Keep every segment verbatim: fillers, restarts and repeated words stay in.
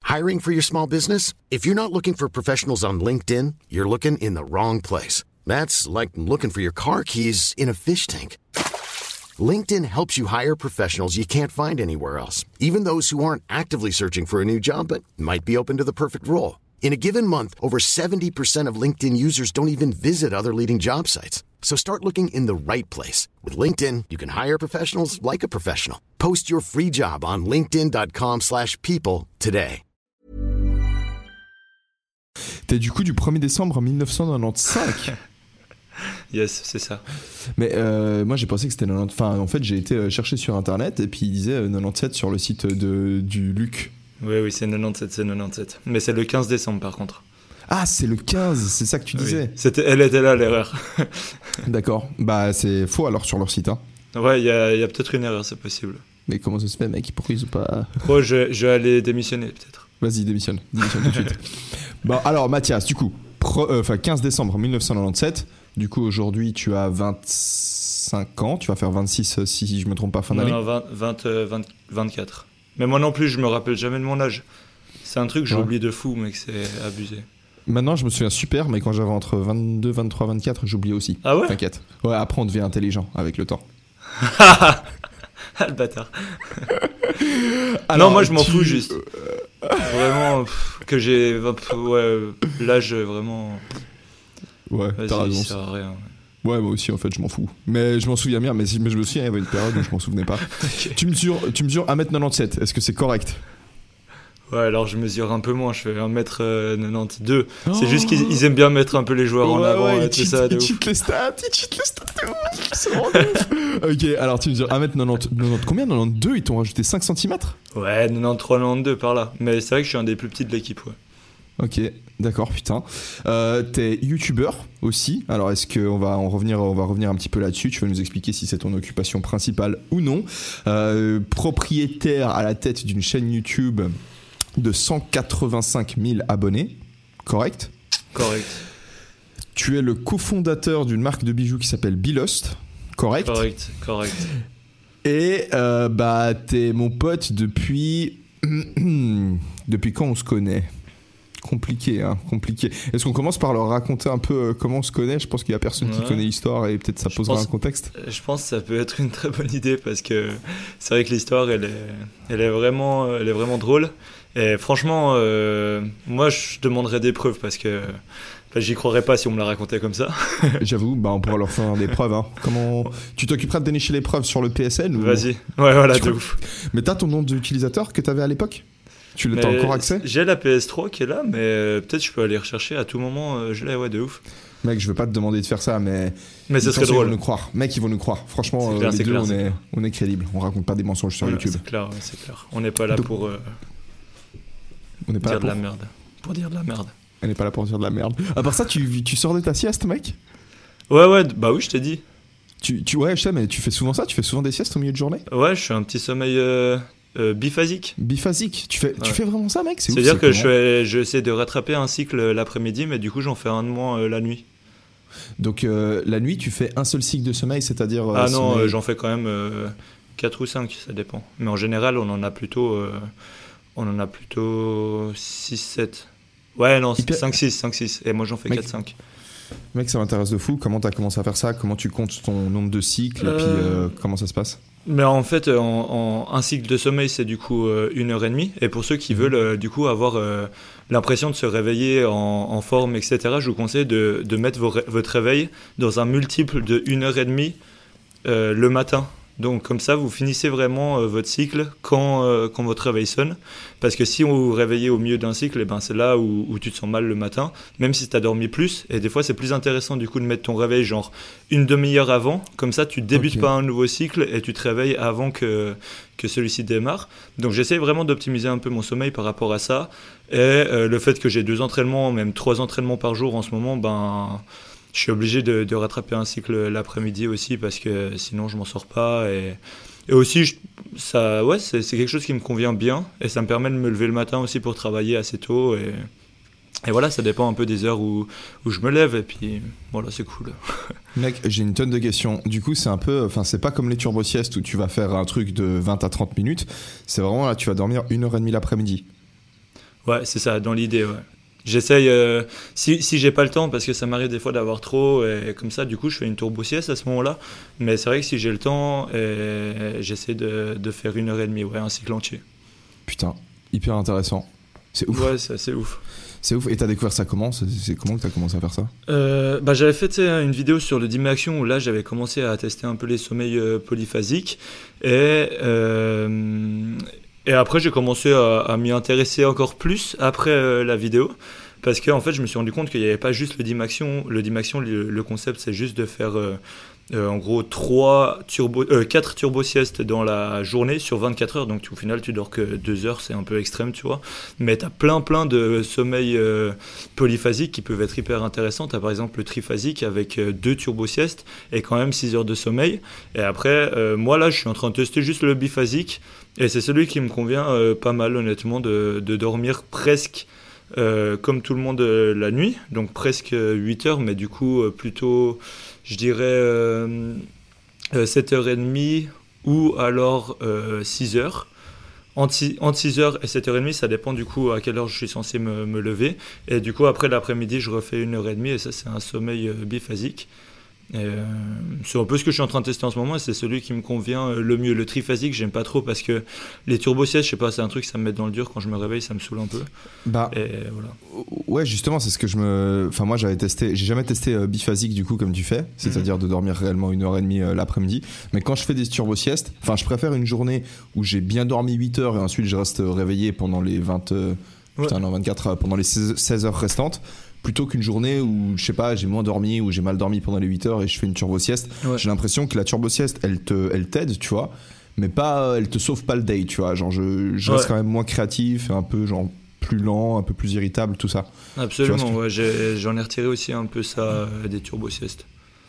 Hiring for your small business? If you're not looking for professionals on LinkedIn, you're looking in the wrong place. That's like looking for your car keys in a fish tank. LinkedIn helps you hire professionals you can't find anywhere else, even those who aren't actively searching for a new job but might be open to the perfect role. In a given month, over seventy percent of LinkedIn users don't even visit other leading job sites. So start looking in the right place. With LinkedIn, you can hire professionals like a professional. Post your free job on linkedin.com slash people today. T'es du coup du premier décembre mille neuf cent quatre-vingt-quinze. Yes, c'est ça. Mais euh, moi j'ai pensé que c'était quatre-vingt-dix. Enfin, en fait, j'ai été chercher sur internet et puis il disait quatre-vingt-dix-sept sur le site de, du Luc. Oui, oui, c'est quatre-vingt-dix-sept, c'est quatre-vingt-dix-sept. Mais c'est le quinze décembre par contre. Ah, c'est le quinze, c'est ça que tu disais. Oui. C'était, elle était là l'erreur. D'accord. Bah, c'est faux alors sur leur site. Hein. Ouais, il y a, y a peut-être une erreur, c'est possible. Mais comment ça se fait, mec? Pourquoi ils ont pas. Oh, je, je vais aller démissionner peut-être. Vas-y, démissionne. Démissionne tout de suite. Bon, alors Mathias, du coup, pro, euh, quinze décembre mille neuf cent quatre-vingt-dix-sept. Du coup, aujourd'hui, tu as vingt-cinq ans. Tu vas faire vingt-six si je me trompe pas, fin d'année. Non, non, vingt, vingt, vingt, vingt-quatre. Mais moi non plus, je me rappelle jamais de mon âge. C'est un truc que j'oublie ouais. de fou, mec, c'est abusé. Maintenant, je me souviens super, mais quand j'avais entre vingt-deux, vingt-trois, vingt-quatre, j'oubliais aussi. Ah ouais? T'inquiète. Ouais, après, on devient intelligent avec le temps. Ah, le bâtard. Alors, non, moi, je m'en tu... fous juste. Vraiment, pff, que j'ai... Ouais, l'âge, vraiment... Ouais, vas-y, t'as raison. Ça sert à rien. Ouais, moi aussi, en fait, je m'en fous. Mais je m'en souviens bien, mais, mais je me souviens, il y avait une période où je m'en souvenais pas. Okay. Tu mesures, tu mesures un mètre quatre-vingt-dix-sept, est-ce que c'est correct? Ouais, alors je mesure un peu moins, je fais un mètre quatre-vingt-douze. Oh c'est juste qu'ils ils aiment bien mettre un peu les joueurs ouais, en avant ouais, et tout ça. Ils cheatent les stats, ils cheatent les stats, de ouf, c'est vraiment ouf. Ok, alors tu mesures un mètre quatre-vingt-dix, combien? quatre-vingt-douze, ils t'ont rajouté cinq centimètres? Ouais, quatre-vingt-treize, quatre-vingt-douze par là. Mais c'est vrai que je suis un des plus petits de l'équipe, ouais. Ok, d'accord, putain. Euh, t'es youtubeur aussi. Alors, est-ce qu'on va en revenir, on va revenir un petit peu là-dessus. Tu vas nous expliquer si c'est ton occupation principale ou non. Euh, propriétaire à la tête d'une chaîne YouTube de cent quatre-vingt-cinq mille abonnés. Correct? Correct. Tu es le cofondateur d'une marque de bijoux qui s'appelle Bilost. Correct? Correct, correct. Et euh, bah, t'es mon pote depuis... depuis quand on se connaît? Compliqué, hein, compliqué. Est-ce qu'on commence par leur raconter un peu comment on se connaît? Je pense qu'il y a personne ouais. qui connaît l'histoire et peut-être ça je posera pense, un contexte. Je pense que ça peut être une très bonne idée parce que c'est vrai que l'histoire, elle est, elle est vraiment, elle est vraiment drôle. Et franchement, euh, moi, je demanderais des preuves parce que bah, j'y croirais pas si on me la racontait comme ça. J'avoue, bah, on pourra leur faire des preuves. Hein. Comment tu t'occuperas de dénicher les preuves sur le P S N ou... Vas-y. Ouais, voilà, de ouf. Mais t'as ton nom d'utilisateur que t'avais à l'époque? Tu l'as encore accès? J'ai la P S trois qui est là, mais euh, peut-être je peux aller rechercher à tout moment. Euh, je l'ai, ouais, de ouf. Mec, je veux pas te demander de faire ça, mais. Mais ça serait drôle. Ils vont nous croire. Mec, ils vont nous croire. Franchement, clair, euh, les deux, clair, on, est, clair. on est crédible. On raconte pas des mensonges sur ouais, YouTube. C'est clair, c'est clair. On n'est pas là Donc, pour. Euh, on n'est pas dire là pour... de la merde. Pour dire de la merde. On n'est pas là pour dire de la merde. À part ça, tu, tu sors de ta sieste, mec? Ouais, ouais, bah oui, je t'ai dit. Tu, tu, ouais, je sais, mais tu fais souvent ça? Tu fais souvent des siestes au milieu de journée? Ouais, je fais un petit sommeil. Euh... Euh, biphasique. Biphasique. Tu fais, ouais. tu fais vraiment ça, mec? C'est C'est-à-dire que je fais, j'essaie de rattraper un cycle l'après-midi, mais du coup, j'en fais un de moins euh, la nuit. Donc, euh, la nuit, tu fais un seul cycle de sommeil, c'est-à-dire... Euh, ah non, sommeil... euh, j'en fais quand même euh, quatre ou cinq, ça dépend. Mais en général, on en a plutôt, euh, on en a plutôt six sept. Ouais, non, Hyper... cinq six, cinq six. Et moi, j'en fais mec... quatre cinq. Mec, ça m'intéresse de fou. Comment t'as commencé à faire ça? Comment tu comptes ton nombre de cycles? euh... Et puis, euh, comment ça se passe? Mais en fait, en, en, un cycle de sommeil, c'est du coup euh, une heure et demie. Et pour ceux qui mmh. veulent euh, du coup avoir euh, l'impression de se réveiller en, en forme, et cetera, je vous conseille de, de mettre vos, votre réveil dans un multiple de une heure et demie euh, le matin. Donc comme ça, vous finissez vraiment euh, votre cycle quand, euh, quand votre réveil sonne. Parce que si vous vous réveillez au milieu d'un cycle, eh ben, c'est là où, où tu te sens mal le matin, même si tu as dormi plus. Et des fois, c'est plus intéressant du coup de mettre ton réveil genre une demi-heure avant. Comme ça, tu débutes okay. pas un nouveau cycle et tu te réveilles avant que, que celui-ci démarre. Donc j'essaie vraiment d'optimiser un peu mon sommeil par rapport à ça. Et euh, le fait que j'ai deux entraînements, même trois entraînements par jour en ce moment, ben... je suis obligé de, de rattraper un cycle l'après-midi aussi parce que sinon je m'en sors pas. Et, et aussi, je, ça, ouais, c'est, c'est quelque chose qui me convient bien et ça me permet de me lever le matin aussi pour travailler assez tôt. Et, et voilà, ça dépend un peu des heures où, où je me lève et puis voilà, c'est cool. Mec, j'ai une tonne de questions. Du coup, c'est un peu, enfin, c'est pas comme les turbo-siestes où tu vas faire un truc de vingt à trente minutes. C'est vraiment là, tu vas dormir une heure et demie l'après-midi. Ouais, c'est ça, dans l'idée, ouais. J'essaye, euh, si, si j'ai pas le temps, parce que ça m'arrive des fois d'avoir trop, et comme ça, du coup, je fais une turbo sieste à ce moment-là. Mais c'est vrai que si j'ai le temps, et j'essaie de, de faire une heure et demie, ouais, un cycle entier. Putain, hyper intéressant. C'est ouf. Ouais, c'est assez ouf. C'est ouf. Et t'as découvert ça comment ? C'est, c'est comment que t'as commencé à faire ça ? euh, bah, J'avais fait une vidéo sur le Dim Action où là, j'avais commencé à tester un peu les sommeils euh, polyphasiques. Et... Euh, Et après, j'ai commencé à, à m'y intéresser encore plus après euh, la vidéo. Parce qu'en en fait, je me suis rendu compte qu'il n'y avait pas juste le Dim Action. Le Dim Action, le, le concept, c'est juste de faire euh, euh, en gros trois turbo, euh, quatre turbo-siestes dans la journée sur vingt-quatre heures. Donc au final, tu dors que deux heures, c'est un peu extrême, tu vois. Mais tu as plein, plein de sommeils euh, polyphasiques qui peuvent être hyper intéressants. Tu as par exemple le triphasique avec euh, deux turbo-siestes et quand même six heures de sommeil. Et après, euh, moi là, je suis en train de tester juste le biphasique. Et c'est celui qui me convient euh, pas mal, honnêtement, de, de dormir presque euh, comme tout le monde euh, la nuit, donc presque huit heures, mais du coup euh, plutôt, je dirais, euh, euh, sept heures trente ou alors euh, six heures. Entre six heures et sept heures trente, ça dépend du coup à quelle heure je suis censé me, me lever. Et du coup, après l'après-midi, je refais une heure trente, et ça, c'est un sommeil euh, biphasique. Et euh, c'est un peu ce que je suis en train de tester en ce moment et c'est celui qui me convient le mieux. Le triphasique, j'aime pas trop parce que les turbo-siestes, je sais pas, c'est un truc, ça me met dans le dur quand je me réveille, ça me saoule un peu. Bah, et voilà. Ouais, justement, c'est ce que je me. Enfin, moi, j'avais testé, j'ai jamais testé euh, biphasique du coup, comme tu fais, c'est-à-dire mm-hmm. de dormir réellement une heure et demie euh, l'après-midi. Mais quand je fais des turbo-siestes, enfin, je préfère une journée où j'ai bien dormi huit heures et ensuite je reste réveillé pendant les vingt. Euh, ouais. Putain, non, vingt-quatre, pendant les seize heures restantes. Plutôt qu'une journée où, je sais pas, j'ai moins dormi, ou j'ai mal dormi pendant les huit heures et je fais une turbo-sieste. Ouais. J'ai l'impression que la turbo-sieste, elle, te, elle t'aide, tu vois, mais pas, elle te sauve pas le day, tu vois. Genre, je, je reste ouais. quand même moins créatif, un peu, genre, plus lent, un peu plus irritable, tout ça. Absolument, ouais, j'ai, j'en ai retiré aussi un peu ça euh, des turbo-siestes.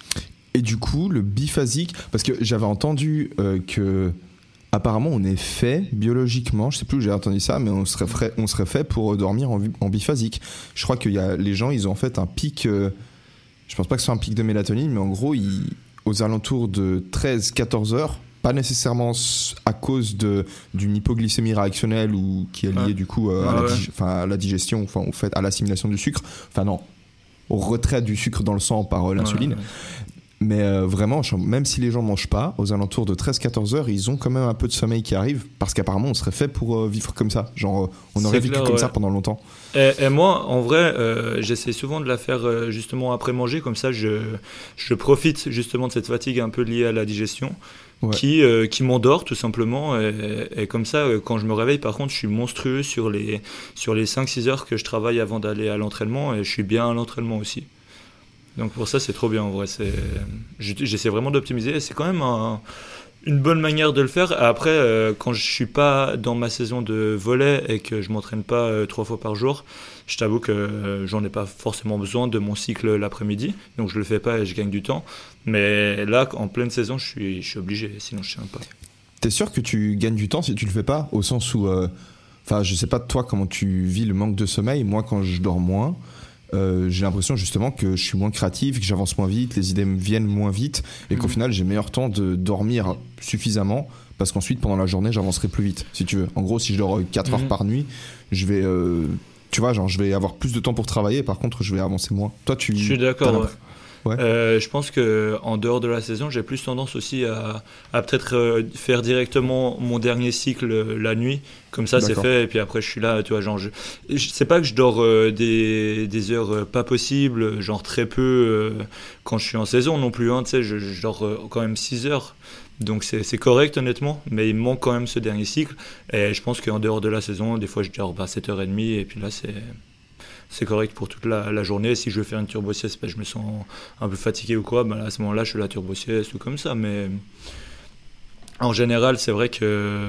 Et du coup, le biphasique, parce que j'avais entendu euh, que... Apparemment, on est fait biologiquement, je sais plus où j'ai entendu ça, mais on serait fait, on serait fait pour dormir en, en biphasique. Je crois que y a, les gens, ils ont en fait un pic, euh, je pense pas que ce soit un pic de mélatonine, mais en gros, ils, aux alentours de treize à quatorze heures, pas nécessairement à cause de, d'une hypoglycémie réactionnelle ou qui est liée ouais. du coup euh, à, ah, la dig- ouais. à la digestion, enfin au fait à l'assimilation du sucre, enfin non, au retrait du sucre dans le sang par euh, l'insuline. Ouais, ouais. Mais euh, vraiment, même si les gens mangent pas, aux alentours de treize à quatorze heures, ils ont quand même un peu de sommeil qui arrive, parce qu'apparemment on serait fait pour euh, vivre comme ça. Genre, euh, on aurait vécu comme ouais. ça pendant longtemps. Et, et moi, en vrai, euh, j'essaie souvent de la faire euh, justement après manger, comme ça je, je profite justement de cette fatigue un peu liée à la digestion, ouais. qui, euh, qui m'endort tout simplement. Et, et comme ça, euh, quand je me réveille, par contre, je suis monstrueux sur les, sur les cinq à six heures que je travaille avant d'aller à l'entraînement, et je suis bien à l'entraînement aussi. Donc pour ça, c'est trop bien en vrai. C'est... J'essaie vraiment d'optimiser et c'est quand même un... une bonne manière de le faire. Après, euh, quand je suis pas dans ma saison de volley et que je m'entraîne pas euh, trois fois par jour, je t'avoue que euh, j'en ai pas forcément besoin de mon cycle l'après-midi. Donc je le fais pas et je gagne du temps. Mais là, en pleine saison, je suis, je suis obligé, sinon je tiens pas. T'es sûr que tu gagnes du temps si tu le fais pas ? Au sens où... Enfin, euh, je sais pas toi comment tu vis le manque de sommeil. Moi, quand je dors moins... Euh, j'ai l'impression justement que je suis moins créatif, que j'avance moins vite, les idées me viennent moins vite et qu'au mmh. final j'ai meilleur temps de dormir suffisamment parce qu'ensuite pendant la journée j'avancerai plus vite si tu veux. En gros si je dors quatre mmh. heures par nuit, je vais euh, tu vois genre je vais avoir plus de temps pour travailler, par contre je vais avancer moins. Toi tu... Je suis d'accord, ouais. Ouais. Euh, je pense qu'en dehors de la saison, j'ai plus tendance aussi à, à peut-être euh, faire directement mon dernier cycle euh, la nuit. Comme ça, D'accord. c'est fait. Et puis après, je suis là, tu vois, genre, je, je c'est pas que je dors euh, des, des heures euh, pas possibles, genre très peu euh, quand je suis en saison non plus. Hein, tu sais, je, je dors euh, quand même six heures. Donc c'est, c'est correct honnêtement, mais il me manque quand même ce dernier cycle. Et je pense qu'en dehors de la saison, des fois, je dors bah, sept heures trente et puis là, c'est... c'est correct pour toute la, la journée. Si je veux faire une turbo-sieste, ben, je me sens un peu fatigué ou quoi, ben, à ce moment-là, je fais la turbo-sieste ou comme ça. Mais en général, c'est vrai que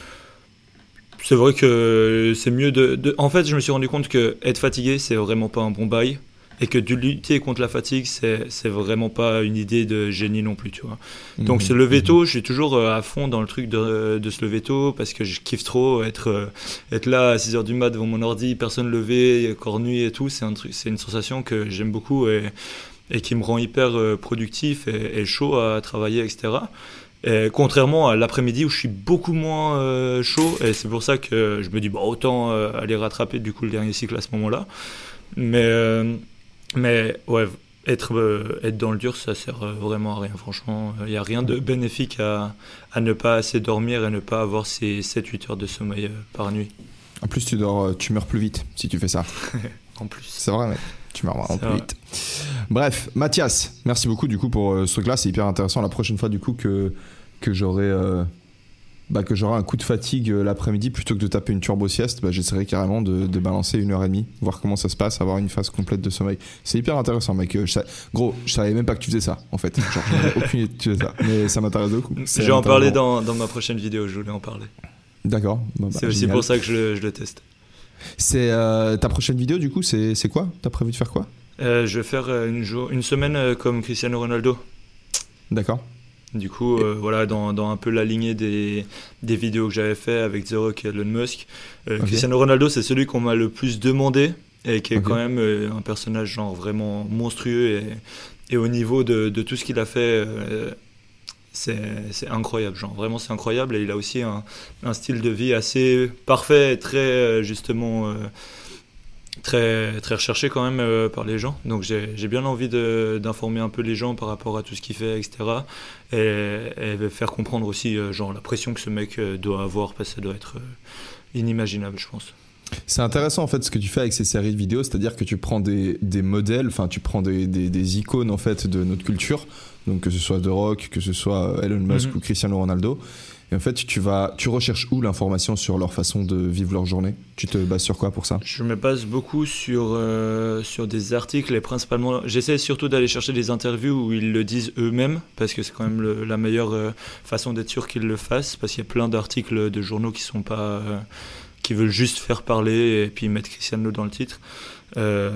c'est vrai que c'est mieux de, de... En fait, je me suis rendu compte que être fatigué, c'est vraiment pas un bon bail. Et que de lutter contre la fatigue, c'est, c'est vraiment pas une idée de génie non plus, tu vois. Mmh, Donc, se lever tôt, mmh. je suis toujours à fond dans le truc de, de se lever tôt parce que je kiffe trop être, être là à six heures du mat devant mon ordi, personne levé, corps nuit et tout. C'est, un truc, c'est une sensation que j'aime beaucoup et, et qui me rend hyper productif et, et chaud à travailler, et cetera. Et contrairement à l'après-midi où je suis beaucoup moins euh, chaud, et c'est pour ça que je me dis, bon, autant euh, aller rattraper du coup le dernier cycle à ce moment-là. Mais, euh, mais ouais, être, euh, être dans le dur, ça sert vraiment à rien, franchement. Il n'y a rien de bénéfique à, à ne pas assez dormir et ne pas avoir ces sept huit heures de sommeil euh, par nuit. En plus, tu, dors, tu meurs plus vite si tu fais ça. En plus. C'est vrai, mec. Tu meurs vraiment C'est plus vrai. vite. Bref, Mathias, merci beaucoup du coup pour euh, ce truc-là. C'est hyper intéressant. La prochaine fois, du coup, que, que j'aurai euh, bah, que j'aurai un coup de fatigue euh, l'après-midi, plutôt que de taper une turbo sieste, bah, j'essaierai carrément de, de balancer une heure et demie, voir comment ça se passe, avoir une phase complète de sommeil. C'est hyper intéressant, mec. Euh, je sa... Gros, je savais même pas que tu faisais ça, en fait. Genre, je n'avais aucune idée que tu faisais ça. Mais ça m'intéresse beaucoup. Je vais en parler dans, dans ma prochaine vidéo, je voulais en parler. D'accord. Bon, bah, c'est aussi génial. pour ça que je le, je le teste. C'est euh, ta prochaine vidéo, du coup, c'est, c'est quoi ? T'as prévu de faire quoi ? Euh, je vais faire euh, une, jour, une semaine euh, comme Cristiano Ronaldo. D'accord. Du coup, euh, voilà, dans, dans un peu la lignée des, des vidéos que j'avais fait avec The Rock et Elon Musk. Euh, Ok. Cristiano Ronaldo, c'est celui qu'on m'a le plus demandé et qui est Ok. quand même euh, un personnage genre vraiment monstrueux et, et au niveau de, de tout ce qu'il a fait, euh, c'est, c'est incroyable. Genre vraiment, c'est incroyable et il a aussi un, un style de vie assez parfait et très euh, justement. Euh, Très, très recherché quand même euh, par les gens, donc j'ai, j'ai bien envie de, d'informer un peu les gens par rapport à tout ce qu'il fait, et cetera. Et, et faire comprendre aussi euh, genre la pression que ce mec euh, doit avoir, parce que ça doit être euh, inimaginable, je pense. C'est intéressant en fait ce que tu fais avec ces séries de vidéos, c'est-à-dire que tu prends des, des modèles, enfin tu prends des, des, des icônes en fait de notre culture, donc que ce soit The Rock, que ce soit Elon Musk Mhm. ou Cristiano Ronaldo, et en fait tu vas, tu recherches où l'information sur leur façon de vivre leur journée ? Tu te bases sur quoi pour ça ? Je me base beaucoup sur, euh, sur des articles et principalement, j'essaie surtout d'aller chercher des interviews où ils le disent eux-mêmes, parce que c'est quand même le, la meilleure euh, façon d'être sûr qu'ils le fassent, parce qu'il y a plein d'articles de journaux qui sont pas, euh, qui veulent juste faire parler et puis mettre Cristiano dans le titre. Euh,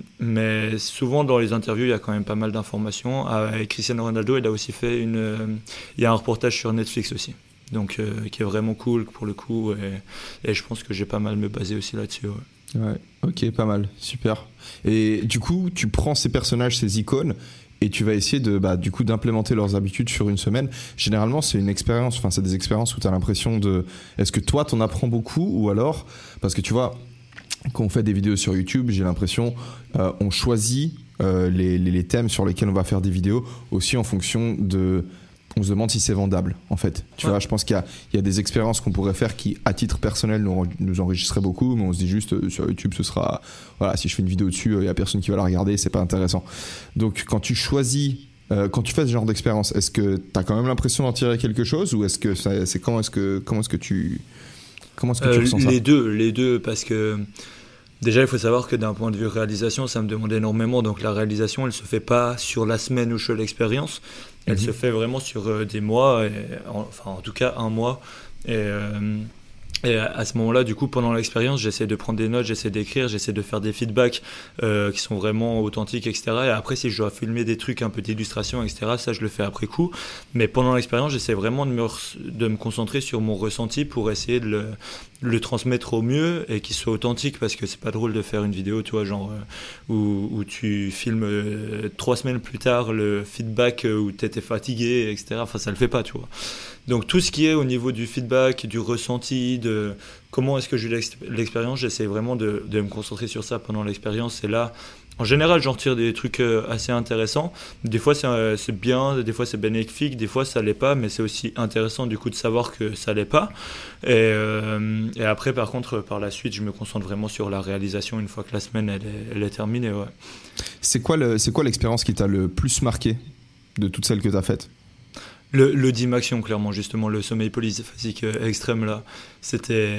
mais souvent dans les interviews il y a quand même pas mal d'informations. Avec Cristiano Ronaldo, il a aussi fait une, euh, il y a un reportage sur Netflix aussi. Donc, euh, qui est vraiment cool pour le coup, et, et je pense que j'ai pas mal me baser aussi là-dessus. Ouais. Ouais, ok, pas mal, super. Et du coup, tu prends ces personnages, ces icônes, et tu vas essayer de, bah, du coup, d'implémenter leurs habitudes sur une semaine. Généralement, c'est une expérience, enfin, c'est des expériences où tu as l'impression de. Est-ce que toi, t'en apprends beaucoup, ou alors, parce que tu vois, quand on fait des vidéos sur YouTube, j'ai l'impression, euh, on choisit euh, les, les, les thèmes sur lesquels on va faire des vidéos aussi en fonction de. On se demande si c'est vendable, en fait. Tu Ouais. vois, je pense qu'il y a, il y a des expériences qu'on pourrait faire qui, à titre personnel, nous, nous enrichisseraient beaucoup, mais on se dit juste, euh, sur YouTube, ce sera... Voilà, si je fais une vidéo dessus, il n'y a personne qui va la regarder, c'est pas intéressant. Donc, quand tu choisis... Euh, quand tu fais ce genre d'expérience, est-ce que tu as quand même l'impression d'en tirer quelque chose, ou est-ce que ça, c'est comment est-ce que comment est-ce que tu comment est-ce que tu Euh, ressens ça ? les deux, les deux, parce que déjà il faut savoir que d'un point de vue réalisation, ça me demande énormément. Donc la réalisation, elle se fait pas sur la semaine où je fais l'expérience, elle Mhm. se fait vraiment sur euh, des mois, et, en- enfin en tout cas un mois. Et, euh, et à à ce moment-là, du coup, pendant l'expérience, j'essaie de prendre des notes, j'essaie d'écrire, j'essaie de faire des feedbacks euh, qui sont vraiment authentiques, et cetera. Et après, si je dois filmer des trucs un peu d'illustration, et cetera, ça, je le fais après coup. Mais pendant l'expérience, j'essaie vraiment de me, re- de me concentrer sur mon ressenti pour essayer de le, le transmettre au mieux et qu'il soit authentique, parce que c'est pas drôle de faire une vidéo, tu vois, genre euh, où, où tu filmes euh, trois semaines plus tard le feedback euh, où t'étais fatigué, et cetera. Enfin, ça le fait pas, tu vois. Donc tout ce qui est au niveau du feedback, du ressenti, de comment est-ce que j'ai eu l'ex- l'expérience, j'essaie vraiment de, de me concentrer sur ça pendant l'expérience. Et là, en général, j'en retire des trucs euh, assez intéressants. Des fois, c'est, euh, c'est bien, des fois, c'est bénéfique, des fois, ça l'est pas, mais c'est aussi intéressant du coup de savoir que ça l'est pas. Et, euh, et après, par contre, par la suite, je me concentre vraiment sur la réalisation une fois que la semaine elle est, elle est terminée. Ouais. C'est quoi le, c'est quoi l'expérience qui t'a le plus marqué de toutes celles que t'as faites ? Le, le Dimaxion, clairement, justement, le sommeil polyphasique euh, extrême, là, c'était...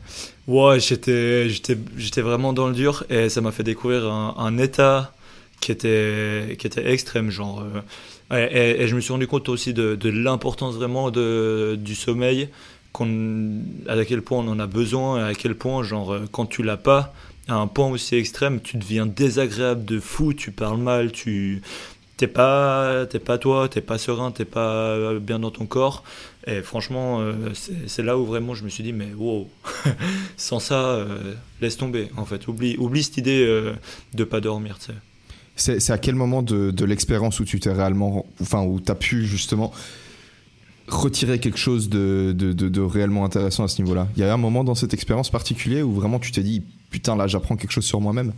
Ouais, j'étais, j'étais, j'étais vraiment dans le dur, et ça m'a fait découvrir un, un état qui était, qui était extrême, genre... euh, et, et, et je me suis rendu compte aussi de, de l'importance vraiment de, du sommeil, qu'on, à quel point on en a besoin, et à quel point, genre, euh, quand tu l'as pas, à un point aussi extrême, tu deviens désagréable de fou, tu parles mal, tu... T'es pas, t'es pas toi, t'es pas serein, t'es pas bien dans ton corps. Et franchement, euh, c'est, c'est là où vraiment je me suis dit, mais wow, sans ça, euh, laisse tomber. En fait, oublie, oublie cette idée euh, de pas dormir, tu sais. C'est, c'est à quel moment de, de l'expérience où tu t'es réellement, enfin où t'as pu justement retiré quelque chose de, de, de, de réellement intéressant à ce niveau-là? Il y a un moment dans cette expérience particulier où vraiment tu t'es dit putain là j'apprends quelque chose sur moi-même?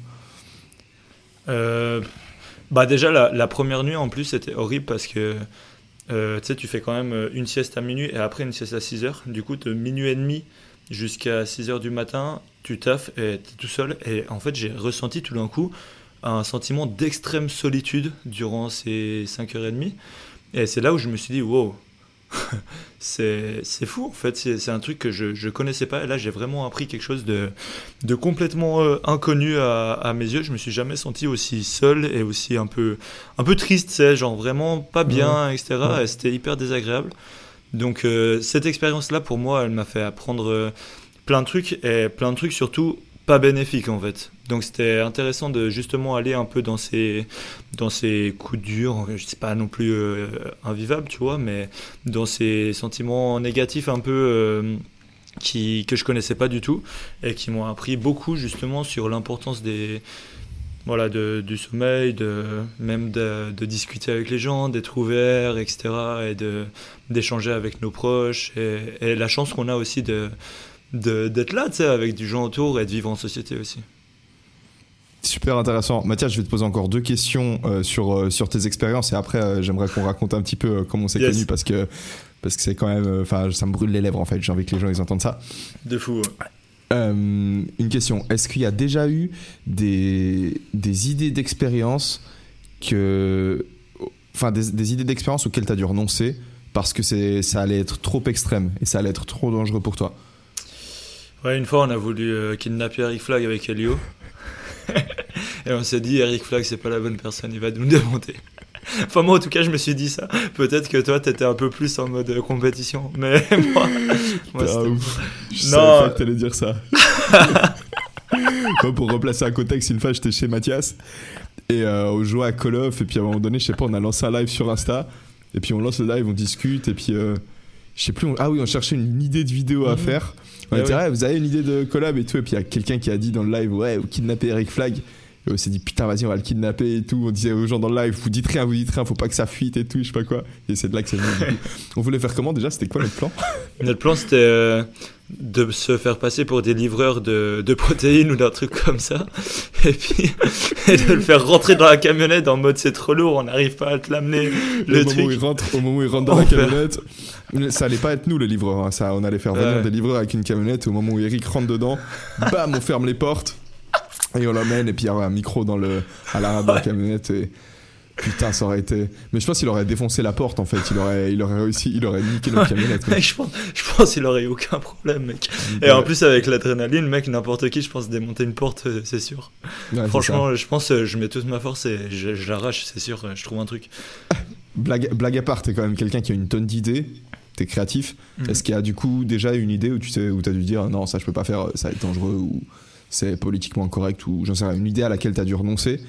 euh, Bah déjà la, la première nuit en plus c'était horrible parce que euh, tu sais tu fais quand même une sieste à minuit et après une sieste à six heures. Du coup de minuit et demi jusqu'à six heures du matin tu taffes et t'es tout seul. Et en fait j'ai ressenti tout d'un coup un sentiment d'extrême solitude durant ces cinq heures trente. Et c'est là où je me suis dit wow, c'est, c'est fou en fait, c'est, c'est un truc que je ne connaissais pas. Et là j'ai vraiment appris quelque chose de, de complètement euh, inconnu à, à mes yeux. Je me suis jamais senti aussi seul et aussi un peu, un peu triste, c'est genre vraiment pas bien, ouais. et cetera. Ouais. Et c'était hyper désagréable. Donc euh, cette expérience là pour moi elle m'a fait apprendre euh, plein de trucs et plein de trucs surtout pas bénéfiques en fait. Donc c'était intéressant de justement aller un peu dans ces, dans ces coups durs, je sais pas non plus euh, invivables, tu vois, mais dans ces sentiments négatifs un peu euh, qui, que je connaissais pas du tout et qui m'ont appris beaucoup justement sur l'importance des, voilà, de, du sommeil, de, même de, de discuter avec les gens, d'être ouvert, et cetera. Et de, d'échanger avec nos proches et, et la chance qu'on a aussi de, de, d'être là, tu sais, avec du gens autour et de vivre en société aussi. Super intéressant. Mathias, je vais te poser encore deux questions euh, sur, euh, sur tes expériences et après euh, j'aimerais qu'on raconte un petit peu euh, comment on s'est yes. connus parce que, parce que c'est quand même, enfin euh, ça me brûle les lèvres en fait, j'ai envie que les gens ils entendent ça. De fou. Ouais. Euh, une question, est-ce qu'il y a déjà eu des, des idées d'expérience que, enfin des, des idées d'expérience auxquelles tu as dû renoncer parce que c'est, ça allait être trop extrême et ça allait être trop dangereux pour toi? Ouais, une fois on a voulu euh, kidnapper Eric Flagg avec Elio. Et on s'est dit Eric Flagg c'est pas la bonne personne, il va nous démonter. Enfin moi en tout cas je me suis dit ça. Peut-être que toi t'étais un peu plus en mode compétition, mais moi, moi ah, ouf. Je non. savais pas que t'allais dire ça. Moi, pour replacer un contexte, une fois j'étais chez Mathias et euh, on jouait à Call of et puis à un moment donné je sais pas on a lancé un live sur Insta et puis on lance le live, on discute et puis euh, je sais plus on... ah oui on cherchait une idée de vidéo à mmh. faire. On était ah, ouais, vous avez une idée de collab et tout, et puis il y a quelqu'un qui a dit dans le live ouais, vous kidnappez Eric Flagg. Et on s'est dit putain vas-y on va le kidnapper et tout. On disait aux gens dans le live vous dites rien, vous dites rien, faut pas que ça fuite et tout, je sais pas quoi. Et c'est de là que c'est venu. On voulait faire comment déjà, c'était quoi notre plan? Notre plan c'était euh, de se faire passer pour des livreurs de, de protéines ou d'un truc comme ça. Et puis et de le faire rentrer dans la camionnette en mode c'est trop lourd, on n'arrive pas à te l'amener. Le au, truc. Moment où il rentre, au moment où il rentre dans oh, la camionnette, ça allait pas être nous les livreurs, hein. Ça, on allait faire venir ouais. des livreurs avec une camionnette. Au moment où Eric rentre dedans, bam on ferme les portes. Et on l'emmène et puis il y a un micro dans le, à l'arrière de la camionnette et putain ça aurait été... Mais je pense qu'il aurait défoncé la porte en fait, il aurait, il aurait réussi, il aurait niqué notre camionnette. Mec, je pense, je pense qu'il aurait eu aucun problème mec. Et ouais. En plus avec l'adrénaline mec, n'importe qui je pense démonter une porte c'est sûr. Ouais, franchement je pense je mets toute ma force et je, je l'arrache c'est sûr, je trouve un truc. Blague, blague à part, t'es quand même quelqu'un qui a une tonne d'idées, t'es créatif. Mmh. Est-ce qu'il y a du coup déjà une idée où tu sais, où t'as dû dire non ça je peux pas faire, ça va être dangereux ou... c'est politiquement correct ou j'en sais rien, une idée à laquelle tu as dû renoncer?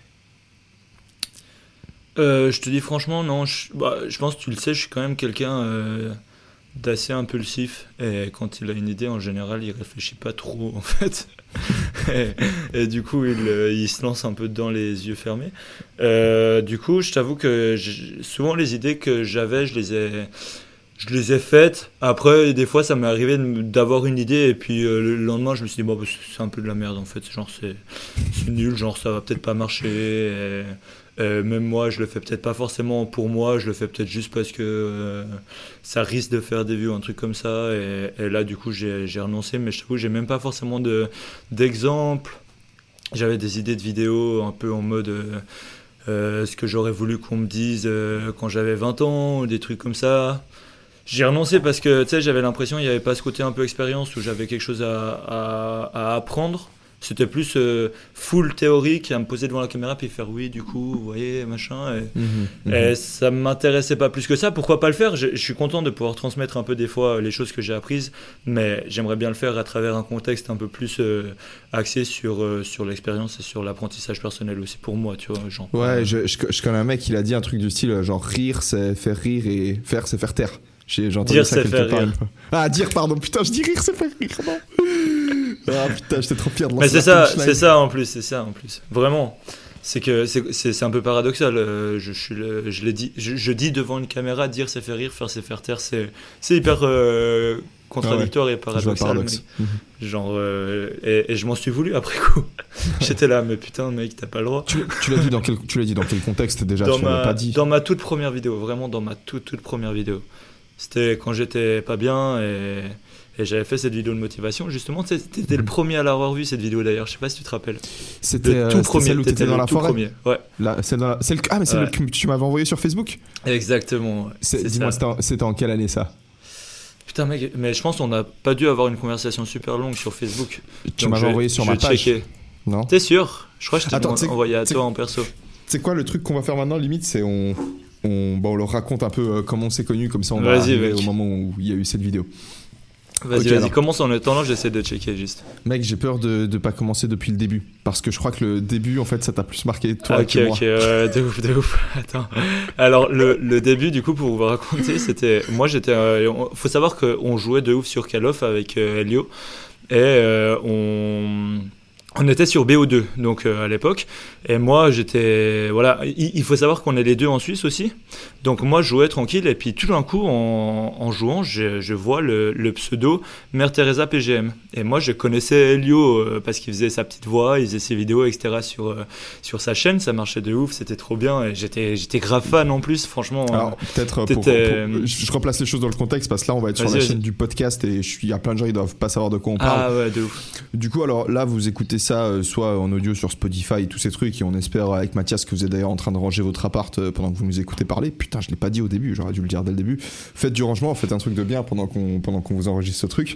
euh, Je te dis franchement, non. Je, bah, je pense que tu le sais, je suis quand même quelqu'un euh, d'assez impulsif. Et quand il a une idée, en général, il réfléchit pas trop, en fait. et, et du coup, il, il se lance un peu dedans les yeux fermés. Euh, du coup, je t'avoue que souvent, les idées que j'avais, je les ai... Je les ai faites. Après, des fois, ça m'est arrivé d'avoir une idée et puis euh, le lendemain, je me suis dit, bon, bah, c'est un peu de la merde en fait. Genre, c'est, c'est nul, genre, ça va peut-être pas marcher. Et, et même moi, je le fais peut-être pas forcément pour moi, je le fais peut-être juste parce que euh, ça risque de faire des vues, un truc comme ça. Et, et là, du coup, j'ai, j'ai renoncé, mais je t'avoue, j'ai même pas forcément de, d'exemple. J'avais des idées de vidéos un peu en mode. Euh, euh, ce que j'aurais voulu qu'on me dise euh, quand j'avais vingt ans, ou des trucs comme ça. J'ai renoncé parce que tu sais, j'avais l'impression qu'il n'y avait pas ce côté un peu expérience où j'avais quelque chose à, à, à apprendre. C'était plus euh, full théorique, à me poser devant la caméra puis faire oui, du coup, vous voyez, machin. Et, mmh, et mmh. ça ne m'intéressait pas plus que ça. Pourquoi pas le faire? je, je suis content de pouvoir transmettre un peu des fois les choses que j'ai apprises, mais j'aimerais bien le faire à travers un contexte un peu plus euh, axé sur, euh, sur l'expérience et sur l'apprentissage personnel aussi pour moi, tu vois. Genre, ouais, euh, je, je, je connais un mec qui a dit un truc du style genre rire, c'est faire rire et faire, c'est faire taire. J'ai, j'ai entendu dire ça c'est quelque faire part. rire. Ah, dire, pardon, putain, je dis rire, c'est faire rire, non. Ah putain, j'étais trop fier de lancer. Mais c'est ça, c'est ça en plus, c'est ça en plus. Vraiment. C'est que c'est, c'est, c'est un peu paradoxal. Euh, je, je, suis le, je, l'ai dit, je, je dis devant une caméra, dire c'est faire rire, faire c'est faire taire. C'est, c'est hyper euh, contradictoire ah ouais. et paradoxal. Mmh. Genre, euh, et, et je m'en suis voulu après coup. J'étais là, mais putain, mec, t'as pas le droit. Tu, tu, l'as dit dans quel, tu l'as dit dans quel contexte déjà dans tu ma, l'avais pas dit. Dans ma toute première vidéo, vraiment dans ma toute, toute première vidéo. C'était quand j'étais pas bien et. Et j'avais fait cette vidéo de motivation, justement, t'étais le premier à l'avoir vu cette vidéo d'ailleurs, je sais pas si tu te rappelles. C'était le tout euh, premier, celle où t'étais dans la forêt. Premier. Ouais. Là, celle dans la... celle... Ah mais c'est ouais. celle que tu m'avais envoyé sur Facebook. Exactement. Ouais. C'est... C'est Dis-moi, c'était en... c'était en quelle année ça? Putain mec, mais je pense qu'on n'a pas dû avoir une conversation super longue sur Facebook. Tu m'avais envoyé sur ma page. Checké. Non. T'es sûr? Je crois que je t'ai Attends, envoyé à toi en perso. C'est quoi le truc qu'on va faire maintenant, limite, c'est on... On... Bon, on leur raconte un peu euh, comment on s'est connus, comme ça on va Vas-y, arriver mec. au moment où il y a eu cette vidéo. Vas-y, okay, vas-y, alors. Commence en attendant, j'essaie de checker juste. Mec, j'ai peur de ne pas commencer depuis le début. Parce que je crois que le début, en fait, ça t'a plus marqué toi okay, que moi. Ok, ok, euh, de ouf, de ouf. Attends. Alors, le, le début, du coup, pour vous raconter, c'était... Moi, j'étais... Il euh, faut savoir qu'on jouait de ouf sur Call of avec euh, Elio. Et euh, on... On était sur B O deux, donc euh, à l'époque, et moi j'étais, voilà, il, il faut savoir qu'on est les deux en Suisse aussi, donc moi je jouais tranquille, et puis tout d'un coup en, en jouant, je, je vois le, le pseudo Mère Teresa P G M, et moi je connaissais Elio euh, parce qu'il faisait sa petite voix, il faisait ses vidéos, et cetera sur, euh, sur sa chaîne, ça marchait de ouf, c'était trop bien, et j'étais, j'étais grave fan en plus, franchement. Alors euh, peut-être, pour, pour, pour, je replace les choses dans le contexte, parce que là on va être sur la vas-y. chaîne du podcast, et il y a plein de gens qui doivent pas savoir de quoi on parle. Ah ouais, de ouf. Du coup alors là vous écoutez ça euh, soit en audio sur Spotify, tous ces trucs, et on espère avec Mathias que vous êtes d'ailleurs en train de ranger votre appart euh, pendant que vous nous écoutez parler. Putain, je l'ai pas dit au début, j'aurais dû le dire dès le début. Faites du rangement, faites un truc de bien pendant qu'on, pendant qu'on vous enregistre ce truc.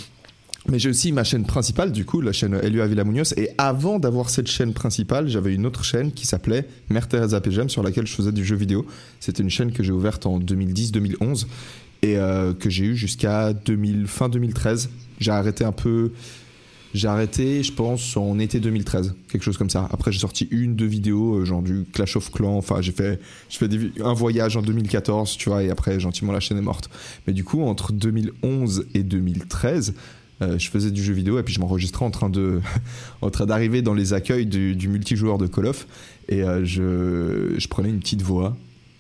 Mais j'ai aussi ma chaîne principale, du coup, la chaîne Elio Avila Munoz, et avant d'avoir cette chaîne principale, j'avais une autre chaîne qui s'appelait Mère Teresa P G M, sur laquelle je faisais du jeu vidéo. C'était une chaîne que j'ai ouverte en deux mille dix deux mille onze et euh, que j'ai eu jusqu'à deux mille, fin deux mille treize. J'ai arrêté un peu... J'ai arrêté, je pense, en été deux mille treize, quelque chose comme ça. Après, j'ai sorti une, deux vidéos, genre du Clash of Clans. Enfin, j'ai fait, j'ai fait des, un voyage en deux mille quatorze, tu vois, et après, gentiment, la chaîne est morte. Mais du coup, entre deux mille onze et deux mille treize, euh, je faisais du jeu vidéo et puis je m'enregistrais en train de, en train d'arriver dans les accueils du, du multijoueur de Call of, et euh, je, je prenais une petite voix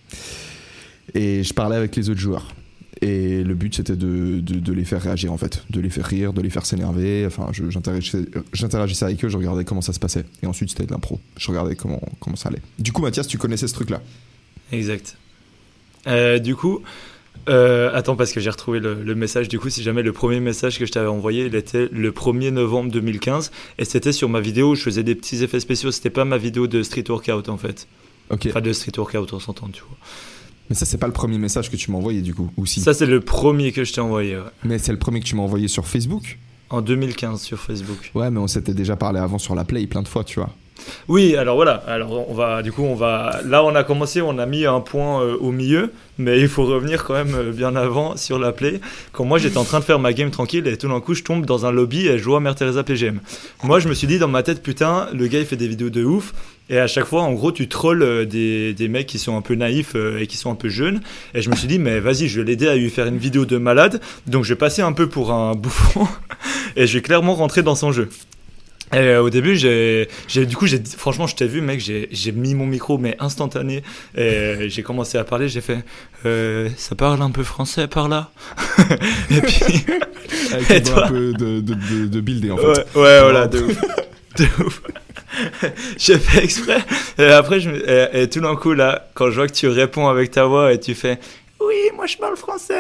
et je parlais avec les autres joueurs. Et le but c'était de, de, de les faire réagir en fait, de les faire rire, de les faire s'énerver. Enfin, je, j'interagissais, j'interagissais avec eux, je regardais comment ça se passait. Et ensuite c'était de l'impro, je regardais comment, comment ça allait. Du coup Mathias, tu connaissais ce truc là? Exact. Euh, du coup, euh, attends parce que j'ai retrouvé le, le message. Du coup, si jamais le premier message que je t'avais envoyé, il était le premier novembre deux mille quinze. Et c'était sur ma vidéo où je faisais des petits effets spéciaux. C'était pas ma vidéo de street workout en fait. Ok. Enfin de street workout, on s'entend, tu vois. Mais ça, c'est pas le premier message que tu m'as envoyé, du coup, ou si? Ça, c'est le premier que je t'ai envoyé, ouais. Mais c'est le premier que tu m'as envoyé sur Facebook? En deux mille quinze, sur Facebook. Ouais, mais on s'était déjà parlé avant sur la Play plein de fois, tu vois. Oui, alors voilà. Alors, on va, du coup, on va... Là, on a commencé, on a mis un point euh, au milieu, mais il faut revenir quand même euh, bien avant sur la Play. Quand moi, j'étais en train de faire ma game tranquille, et tout d'un coup, je tombe dans un lobby et je vois Mère Teresa P G M. Moi, je me suis dit dans ma tête, putain, le gars, il fait des vidéos de ouf. Et à chaque fois, en gros, tu trolls euh, des, des mecs qui sont un peu naïfs euh, et qui sont un peu jeunes. Et je me suis dit, mais vas-y, je vais l'aider à lui faire une vidéo de malade. Donc, je vais passer un peu pour un bouffon et je vais clairement rentrer dans son jeu. Et euh, au début, j'ai, j'ai, du coup, j'ai, franchement, je t'ai vu, mec, j'ai, j'ai mis mon micro, mais instantané. Et euh, j'ai commencé à parler, j'ai fait, euh, ça parle un peu français par là. Et puis, avec et toi, un peu de, de, de, de builder, en fait. Ouais, ouais voilà, de ouf. De ouf. J'ai fait exprès. Et après, je me... et, et tout d'un coup, là, quand je vois que tu réponds avec ta voix et tu fais oui, moi je parle français.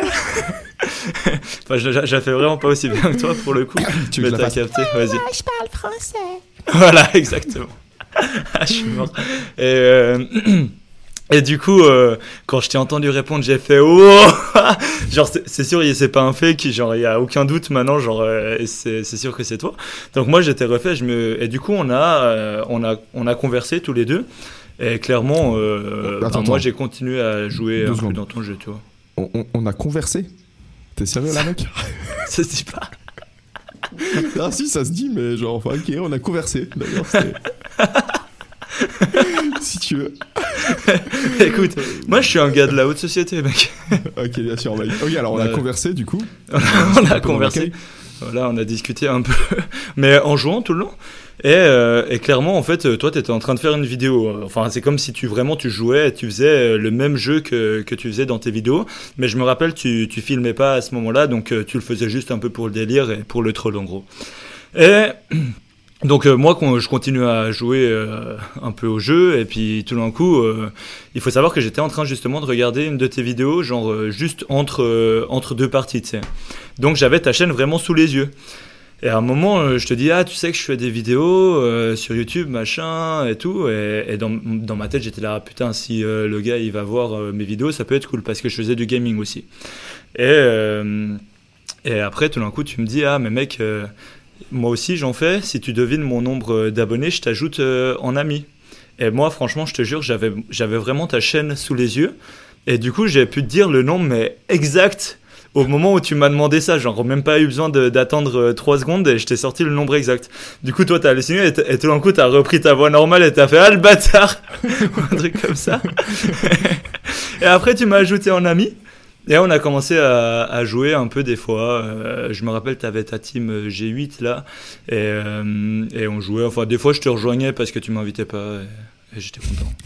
Enfin, je, je, je la fais vraiment pas aussi bien que toi pour le coup. Tu mais t'as capté, oui, vas-y. Moi je parle français. Voilà, exactement. Je suis mort. Et, euh... et du coup, euh, quand je t'ai entendu répondre, j'ai fait oh. Genre, c'est, c'est sûr, c'est pas un fake. Genre, il y a aucun doute maintenant. Genre, euh, c'est, c'est sûr que c'est toi. Donc moi, j'étais refait. Je me et du coup, on a, euh, on a, on a conversé tous les deux. Et clairement, euh, attends, ben moi j'ai continué à jouer un peu dans ton jeu, tu vois. On, on, on a conversé? T'es sérieux là, mec? Ça se dit pas. Ah si, ça se dit, mais genre, enfin, ok, on a conversé. D'ailleurs, c'était... si tu veux. Écoute, moi je suis un gars de la haute société, mec. Ok, bien sûr, mec. Ok, alors on a euh... conversé du coup. on a conversé. Voilà, on a discuté un peu, mais en jouant tout le long. Et, euh, et clairement, en fait, toi, tu étais en train de faire une vidéo. Enfin, c'est comme si tu vraiment tu jouais, tu faisais le même jeu que, que tu faisais dans tes vidéos. Mais je me rappelle, tu, tu filmais pas à ce moment-là, donc tu le faisais juste un peu pour le délire et pour le troll, en gros. Et donc euh, moi, quand je continue à jouer euh, un peu au jeu, et puis tout d'un coup, euh, il faut savoir que j'étais en train justement de regarder une de tes vidéos, genre euh, juste entre, euh, entre deux parties, tu sais. Donc j'avais ta chaîne vraiment sous les yeux. Et à un moment, euh, je te dis, ah, tu sais que je fais des vidéos euh, sur YouTube, machin, et tout. Et, et dans, dans ma tête, j'étais là, ah, putain, si euh, le gars, il va voir euh, mes vidéos, ça peut être cool, parce que je faisais du gaming aussi. Et, euh, et après, tout d'un coup, tu me dis, ah, mais mec, euh, moi aussi, j'en fais. Si tu devines mon nombre d'abonnés, je t'ajoute euh, en ami. Et moi, franchement, je te jure, j'avais, j'avais vraiment ta chaîne sous les yeux. Et du coup, j'ai pu te dire le nombre, mais exact. Au moment où tu m'as demandé ça, genre même pas eu besoin de, d'attendre trois secondes et je t'ai sorti le nombre exact. Du coup, toi, t'as halluciné et, t- et tout d'un coup, t'as repris ta voix normale et t'as fait « Ah, le bâtard !» ou un truc comme ça. Et après, tu m'as ajouté en ami et on a commencé à, à jouer un peu des fois. Euh, je me rappelle, t'avais ta team G huit là et, euh, et on jouait. Enfin, des fois, je te rejoignais parce que tu m'invitais pas. Et... Et j'étais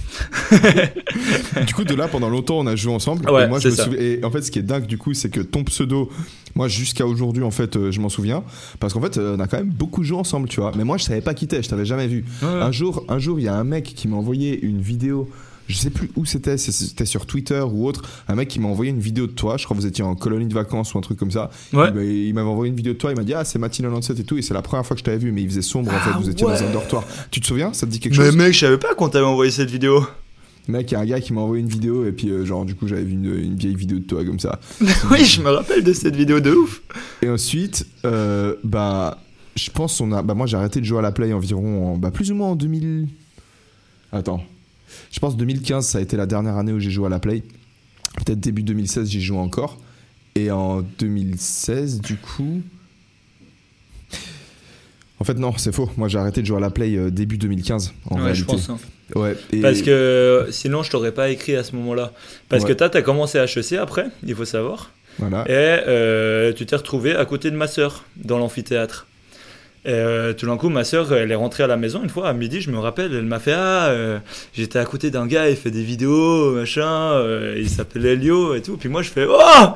content. Du coup, de là, pendant longtemps, on a joué ensemble. Ouais, et moi, c'est je me ça. souviens. Et en fait, ce qui est dingue, du coup, c'est que ton pseudo, moi, jusqu'à aujourd'hui, en fait, euh, je m'en souviens. Parce qu'en fait, euh, on a quand même beaucoup joué ensemble, tu vois. Mais moi, je savais pas qui t'es, je t'avais jamais vu. Ouais, ouais. Un jour, un jour, il y a un mec qui m'a envoyé une vidéo. Je sais plus où c'était, c'était sur Twitter ou autre. Un mec qui m'a envoyé une vidéo de toi. Je crois que vous étiez en colonie de vacances ou un truc comme ça. Ouais. Il, il m'avait envoyé une vidéo de toi. Il m'a dit, ah, c'est Matin quatre-vingt-dix-sept et tout. Et c'est la première fois que je t'avais vu. Mais il faisait sombre, en fait. Ah, Vous étiez ouais. dans un dortoir. Tu te souviens? Ça te dit quelque Mais chose? mec, je savais pas qu'on t'avait envoyé cette vidéo. Mec, il y a un gars qui m'a envoyé une vidéo. Et puis, euh, genre, du coup, j'avais vu une, une vieille vidéo de toi comme ça. Oui, je me rappelle de cette vidéo de ouf. Et ensuite, euh, bah, je pense on a, bah, moi, j'ai arrêté de jouer à la Play environ, en, bah, plus ou moins en deux mille. Attends. Je pense deux mille quinze, ça a été la dernière année où j'ai joué à la Play. Peut-être début deux mille seize, j'y joue encore. Et en deux mille seize, du coup... En fait, non, c'est faux. Moi, j'ai arrêté de jouer à la Play euh, début deux mille quinze, en Ouais, réalité. je pense. Hein. Ouais, et... Parce que euh, sinon, je t'aurais pas écrit à ce moment-là. Parce Ouais. que toi, t'as commencé à H E C après, il faut savoir. Voilà. Et euh, tu t'es retrouvé à côté de ma sœur, dans l'amphithéâtre. Et euh, tout d'un coup, ma sœur, elle est rentrée à la maison une fois à midi, je me rappelle, elle m'a fait ah, euh, j'étais à côté d'un gars, il fait des vidéos, machin, euh, il s'appelle Elio et tout. Puis moi, je fais oh,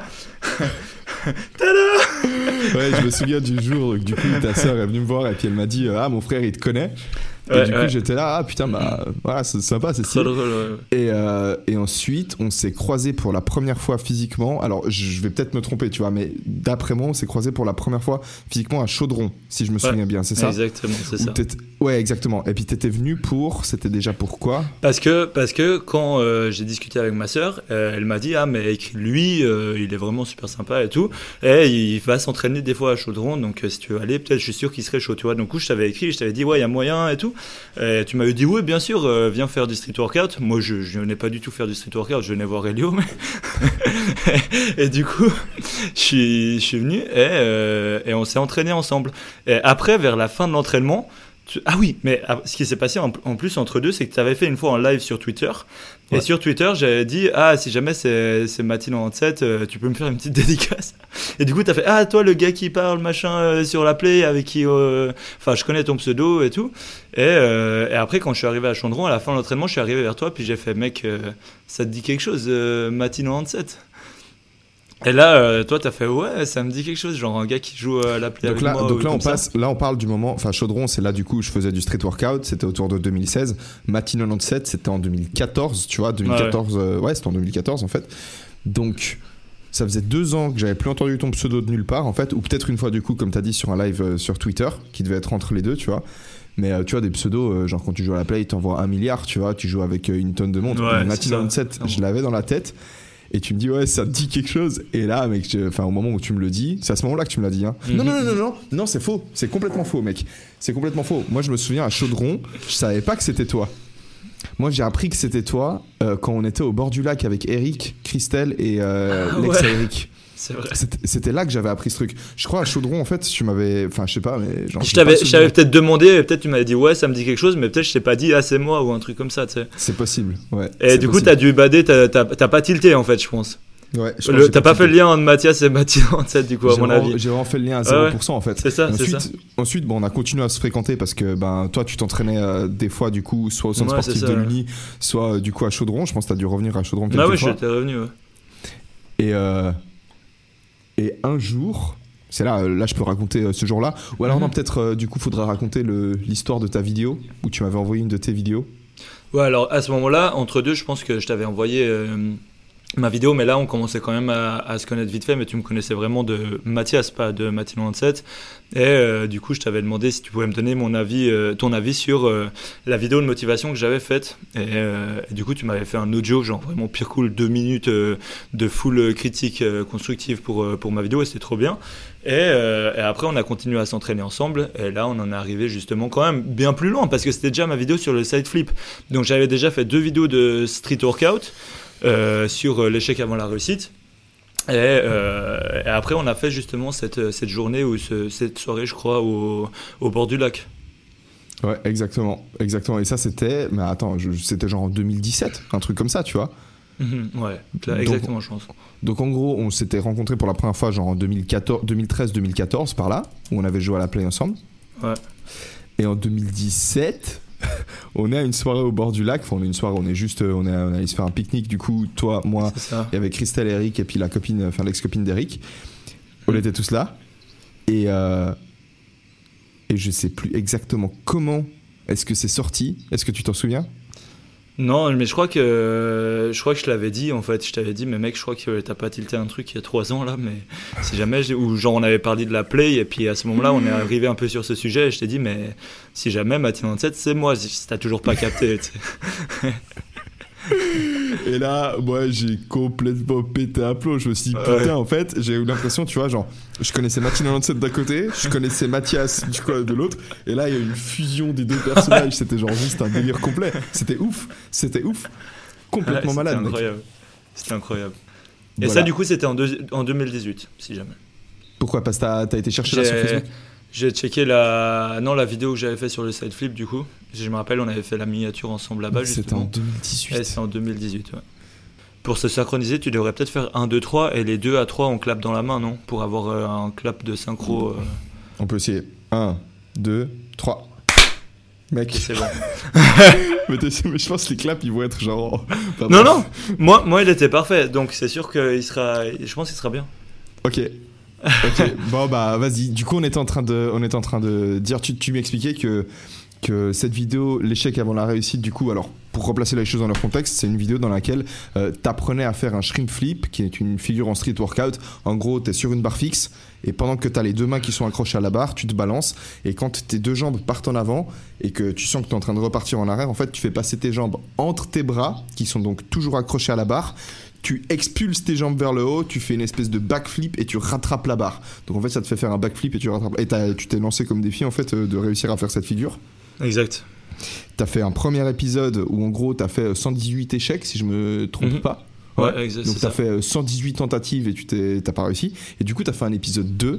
tada. Ouais, je me souviens du jour, du coup, ta sœur est venue me voir et puis elle m'a dit ah, mon frère, il te connaît. Et Ouais, du coup, ouais. j'étais là, ah putain, bah voilà, c'est sympa, c'est Trop stylé. drôle, ouais. Et, euh, et ensuite, on s'est croisés pour la première fois physiquement. Alors, je vais peut-être me tromper, tu vois, mais d'après moi, on s'est croisés pour la première fois physiquement à Chaudron, si je me souviens Ouais, bien, c'est ça? Exactement, c'est Ou ça. t'étais- Ouais, exactement. Et puis, t'étais venu pour. C'était déjà pourquoi? Parce que, parce que quand euh, j'ai discuté avec ma sœur, euh, elle m'a dit ah mais écris-lui, euh, il est vraiment super sympa et tout, et il va s'entraîner des fois à Chaudron, donc euh, si tu veux aller, peut-être je suis sûr qu'il serait chaud, tu vois. Donc coup je t'avais écrit, je t'avais dit ouais il y a moyen et tout, et tu m'avais dit oui bien sûr, euh, viens faire du street workout. Moi je, je venais pas du tout faire du street workout, je venais voir Elio, mais... et du coup je suis, je suis venu et, euh, et on s'est entraîné ensemble. Et après vers la fin de l'entraînement. Tu... Ah oui, mais ah, ce qui s'est passé en, en plus entre deux, c'est que tu avais fait une fois en live sur Twitter. Ouais. Et sur Twitter, j'avais dit ah, si jamais c'est, c'est Matin quatre-vingt-dix-sept, euh, tu peux me faire une petite dédicace. Et du coup, tu as fait ah, toi, le gars qui parle, machin, euh, sur la Play, avec qui. Enfin, euh... je connais ton pseudo et tout. Et, euh, et après, quand je suis arrivé à Chaudron, à la fin de l'entraînement, je suis arrivé vers toi, puis j'ai fait mec, euh, ça te dit quelque chose, euh, Matin quatre-vingt-dix-sept? Et là, euh, toi, t'as fait ouais, ça me dit quelque chose, genre un gars qui joue à la Play Donc avec là, moi. donc ou là, on comme ça. passe, là, on parle du moment. Enfin, Chaudron, c'est là du coup, je faisais du street workout. C'était autour de deux mille seize. Matin quatre-vingt-dix-sept, c'était en deux mille quatorze. Tu vois, deux mille quatorze. Ouais, ouais. Euh, ouais, c'était en deux mille quatorze en fait. Donc, ça faisait deux ans que j'avais plus entendu ton pseudo de nulle part en fait, ou peut-être une fois du coup, comme t'as dit, sur un live euh, sur Twitter, qui devait être entre les deux, tu vois. Mais euh, tu vois, des pseudos, euh, genre quand tu joues à la Play, ils t'envoient un milliard, tu vois. Tu joues avec euh, une tonne de montres. Ouais, Matin c'est ça. quatre-vingt-dix-sept, je l'avais dans la tête. Et tu me dis, ouais, ça te dit quelque chose. Et là, mec, je- enfin, au moment où tu me le dis, c'est à ce moment-là que tu me l'as dit. Hein. Mhm. Non, non, non, non, non, non, c'est faux. C'est complètement faux, mec. C'est complètement faux. Moi, je me souviens à Chaudron, je savais pas que c'était toi. Moi, j'ai appris que c'était toi euh, quand on était au bord du lac avec Eric, Christelle et euh, Ah, l'ex à ouais. Eric. C'est vrai. C'était, c'était là que j'avais appris ce truc. Je crois à Chaudron, en fait, tu m'avais. Enfin, je sais pas, mais genre. Je j'ai pas t'avais, le je souvenir. t'avais peut-être demandé, et peut-être tu m'avais dit ouais, ça me dit quelque chose, mais peut-être je t'ai pas dit ah, c'est moi ou un truc comme ça, tu sais. C'est possible, ouais. Et c'est du coup, possible. t'as dû bader, t'as, t'as, t'as pas tilté en fait, je pense. Ouais, je pense Le, que j'ai t'as pas fait capté. le lien entre Mathias et Mathieu en fait, du coup, à J'ai mon vraiment, avis. j'ai vraiment fait le lien à Ouais, zéro ouais. pour cent en fait. C'est ça, Et c'est ensuite, ça. ensuite bon, on a continué à se fréquenter parce que ben, toi, tu t'entraînais euh, des fois du coup, soit au centre Ouais, sportif c'est ça, de ouais. l'Uni, soit euh, du coup à Chaudron. Je pense que tu as dû revenir à Chaudron quelques Ah ouais, fois. j'étais revenu, ouais. Et, euh, et un jour, c'est là, euh, là je peux raconter euh, ce jour-là. Ou alors, Mhm. non, peut-être euh, du coup, faudra raconter le, l'histoire de ta vidéo où tu m'avais envoyé une de tes vidéos. Ouais, alors à ce moment-là, entre deux, je pense que je t'avais envoyé euh, ma vidéo, mais là, on commençait quand même à, à se connaître vite fait, mais tu me connaissais vraiment de Mathias, pas de Mathieu vingt-sept. Et euh, du coup, je t'avais demandé si tu pouvais me donner mon avis, euh, ton avis sur euh, la vidéo de motivation que j'avais faite. Et, euh, et du coup, tu m'avais fait un audio, genre vraiment pire cool, deux minutes euh, de full critique euh, constructive pour, euh, pour ma vidéo, et c'était trop bien. Et, euh, et après, on a continué à s'entraîner ensemble. Et là, on en est arrivé justement quand même bien plus loin parce que c'était déjà ma vidéo sur le side flip. Donc, j'avais déjà fait deux vidéos de street workout euh, sur l'échec avant la réussite. Et, euh, et après, on a fait justement cette, cette journée ou ce, cette soirée, je crois, au, au bord du lac. Ouais, exactement. Exactement. Et ça, c'était. Mais attends, je- c'était genre en deux mille dix-sept, un truc comme ça, tu vois. Mhm, ouais, Donc- exactement, je pense. Donc en gros, on s'était rencontrés pour la première fois genre en deux mille quatorze, deux mille treize deux mille quatorze par là, où on avait joué à la play ensemble. Ouais. Et en deux mille dix-sept, on est à une soirée au bord du lac. Enfin, on est une soirée, on est juste, on est, on est allé se faire un pique-nique. Du coup, toi, moi, C'est ça. il y avait Christelle, Eric et puis la copine, enfin l'ex-copine d'Eric. On était tous là. Et euh, et je sais plus exactement comment est-ce que c'est sorti. Est-ce que tu t'en souviens? Non, mais je crois que je crois que je l'avais dit en fait. Je t'avais dit, mais mec, je crois que t'as pas tilté un truc il y a trois ans là, mais si jamais, j'ai- ou genre on avait parlé de la play et puis à ce moment-là, on est arrivé un peu sur ce sujet et je t'ai dit, mais si jamais Mathieu vingt-sept, c'est moi. Si t'as toujours pas capté. Tu sais. Et là, moi, j'ai complètement pété un plomb. Je me suis dit, Ouais. putain, en fait, j'ai eu l'impression, tu vois, genre, je connaissais Mathieu quatre-vingt-dix-sept d'un côté, je connaissais Mathias du coup, de l'autre, et là, il y a eu une fusion des deux personnages. C'était genre juste un délire complet. C'était ouf, c'était ouf. Complètement Ouais, malade, C'était mec. incroyable. C'était incroyable. Et Voilà. ça, du coup, c'était en, deux- en deux mille dix-huit, si jamais. Pourquoi? Parce que t'as, t'as été chercher là sur J'ai Facebook. j'ai checké la non la vidéo que j'avais fait sur le side flip du coup. Je me rappelle, on avait fait la miniature ensemble là-bas C'était en justement. deux mille dix-huit. Et c'est en deux mille dix-huit, ouais. Pour se synchroniser, tu devrais peut-être faire un, deux, trois et les deux à trois on clappe dans la main, non? Pour avoir euh, un clap de synchro. euh, On peut essayer. un, deux, trois. Mec, C'est bon. mais, t'es- mais je pense que les claps, ils vont être genre. Enfin, Non, bref. non, moi, moi il était parfait, donc c'est sûr qu'il sera. Je pense qu'il sera bien. Ok. Ok. Bon bah vas-y. Du coup on était en train de, on était en train de dire, tu, tu m'expliquais que que cette vidéo, l'échec avant la réussite, du coup, alors pour replacer les choses dans leur contexte, c'est une vidéo dans laquelle euh, t'apprenais à faire un shrimp flip, qui est une figure en street workout. En gros, t'es sur une barre fixe et pendant que t'as les deux mains qui sont accrochées à la barre, tu te balances et quand tes deux jambes partent en avant et que tu sens que t'es en train de repartir en arrière, en fait, tu fais passer tes jambes entre tes bras qui sont donc toujours accrochés à la barre. Tu expulses tes jambes vers le haut, tu fais une espèce de backflip et tu rattrapes la barre. Donc en fait, ça te fait faire un backflip et tu rattrapes. Et t'as- tu t'es lancé comme défi en fait euh, de réussir à faire cette figure. Exact. T'as fait un premier épisode où en gros t'as fait cent dix-huit échecs si je me trompe Mhm. pas. Ouais, exact. Donc c'est t'as ça. fait euh, cent dix-huit tentatives et tu t'es, t'as pas réussi. Et du coup t'as fait un épisode deux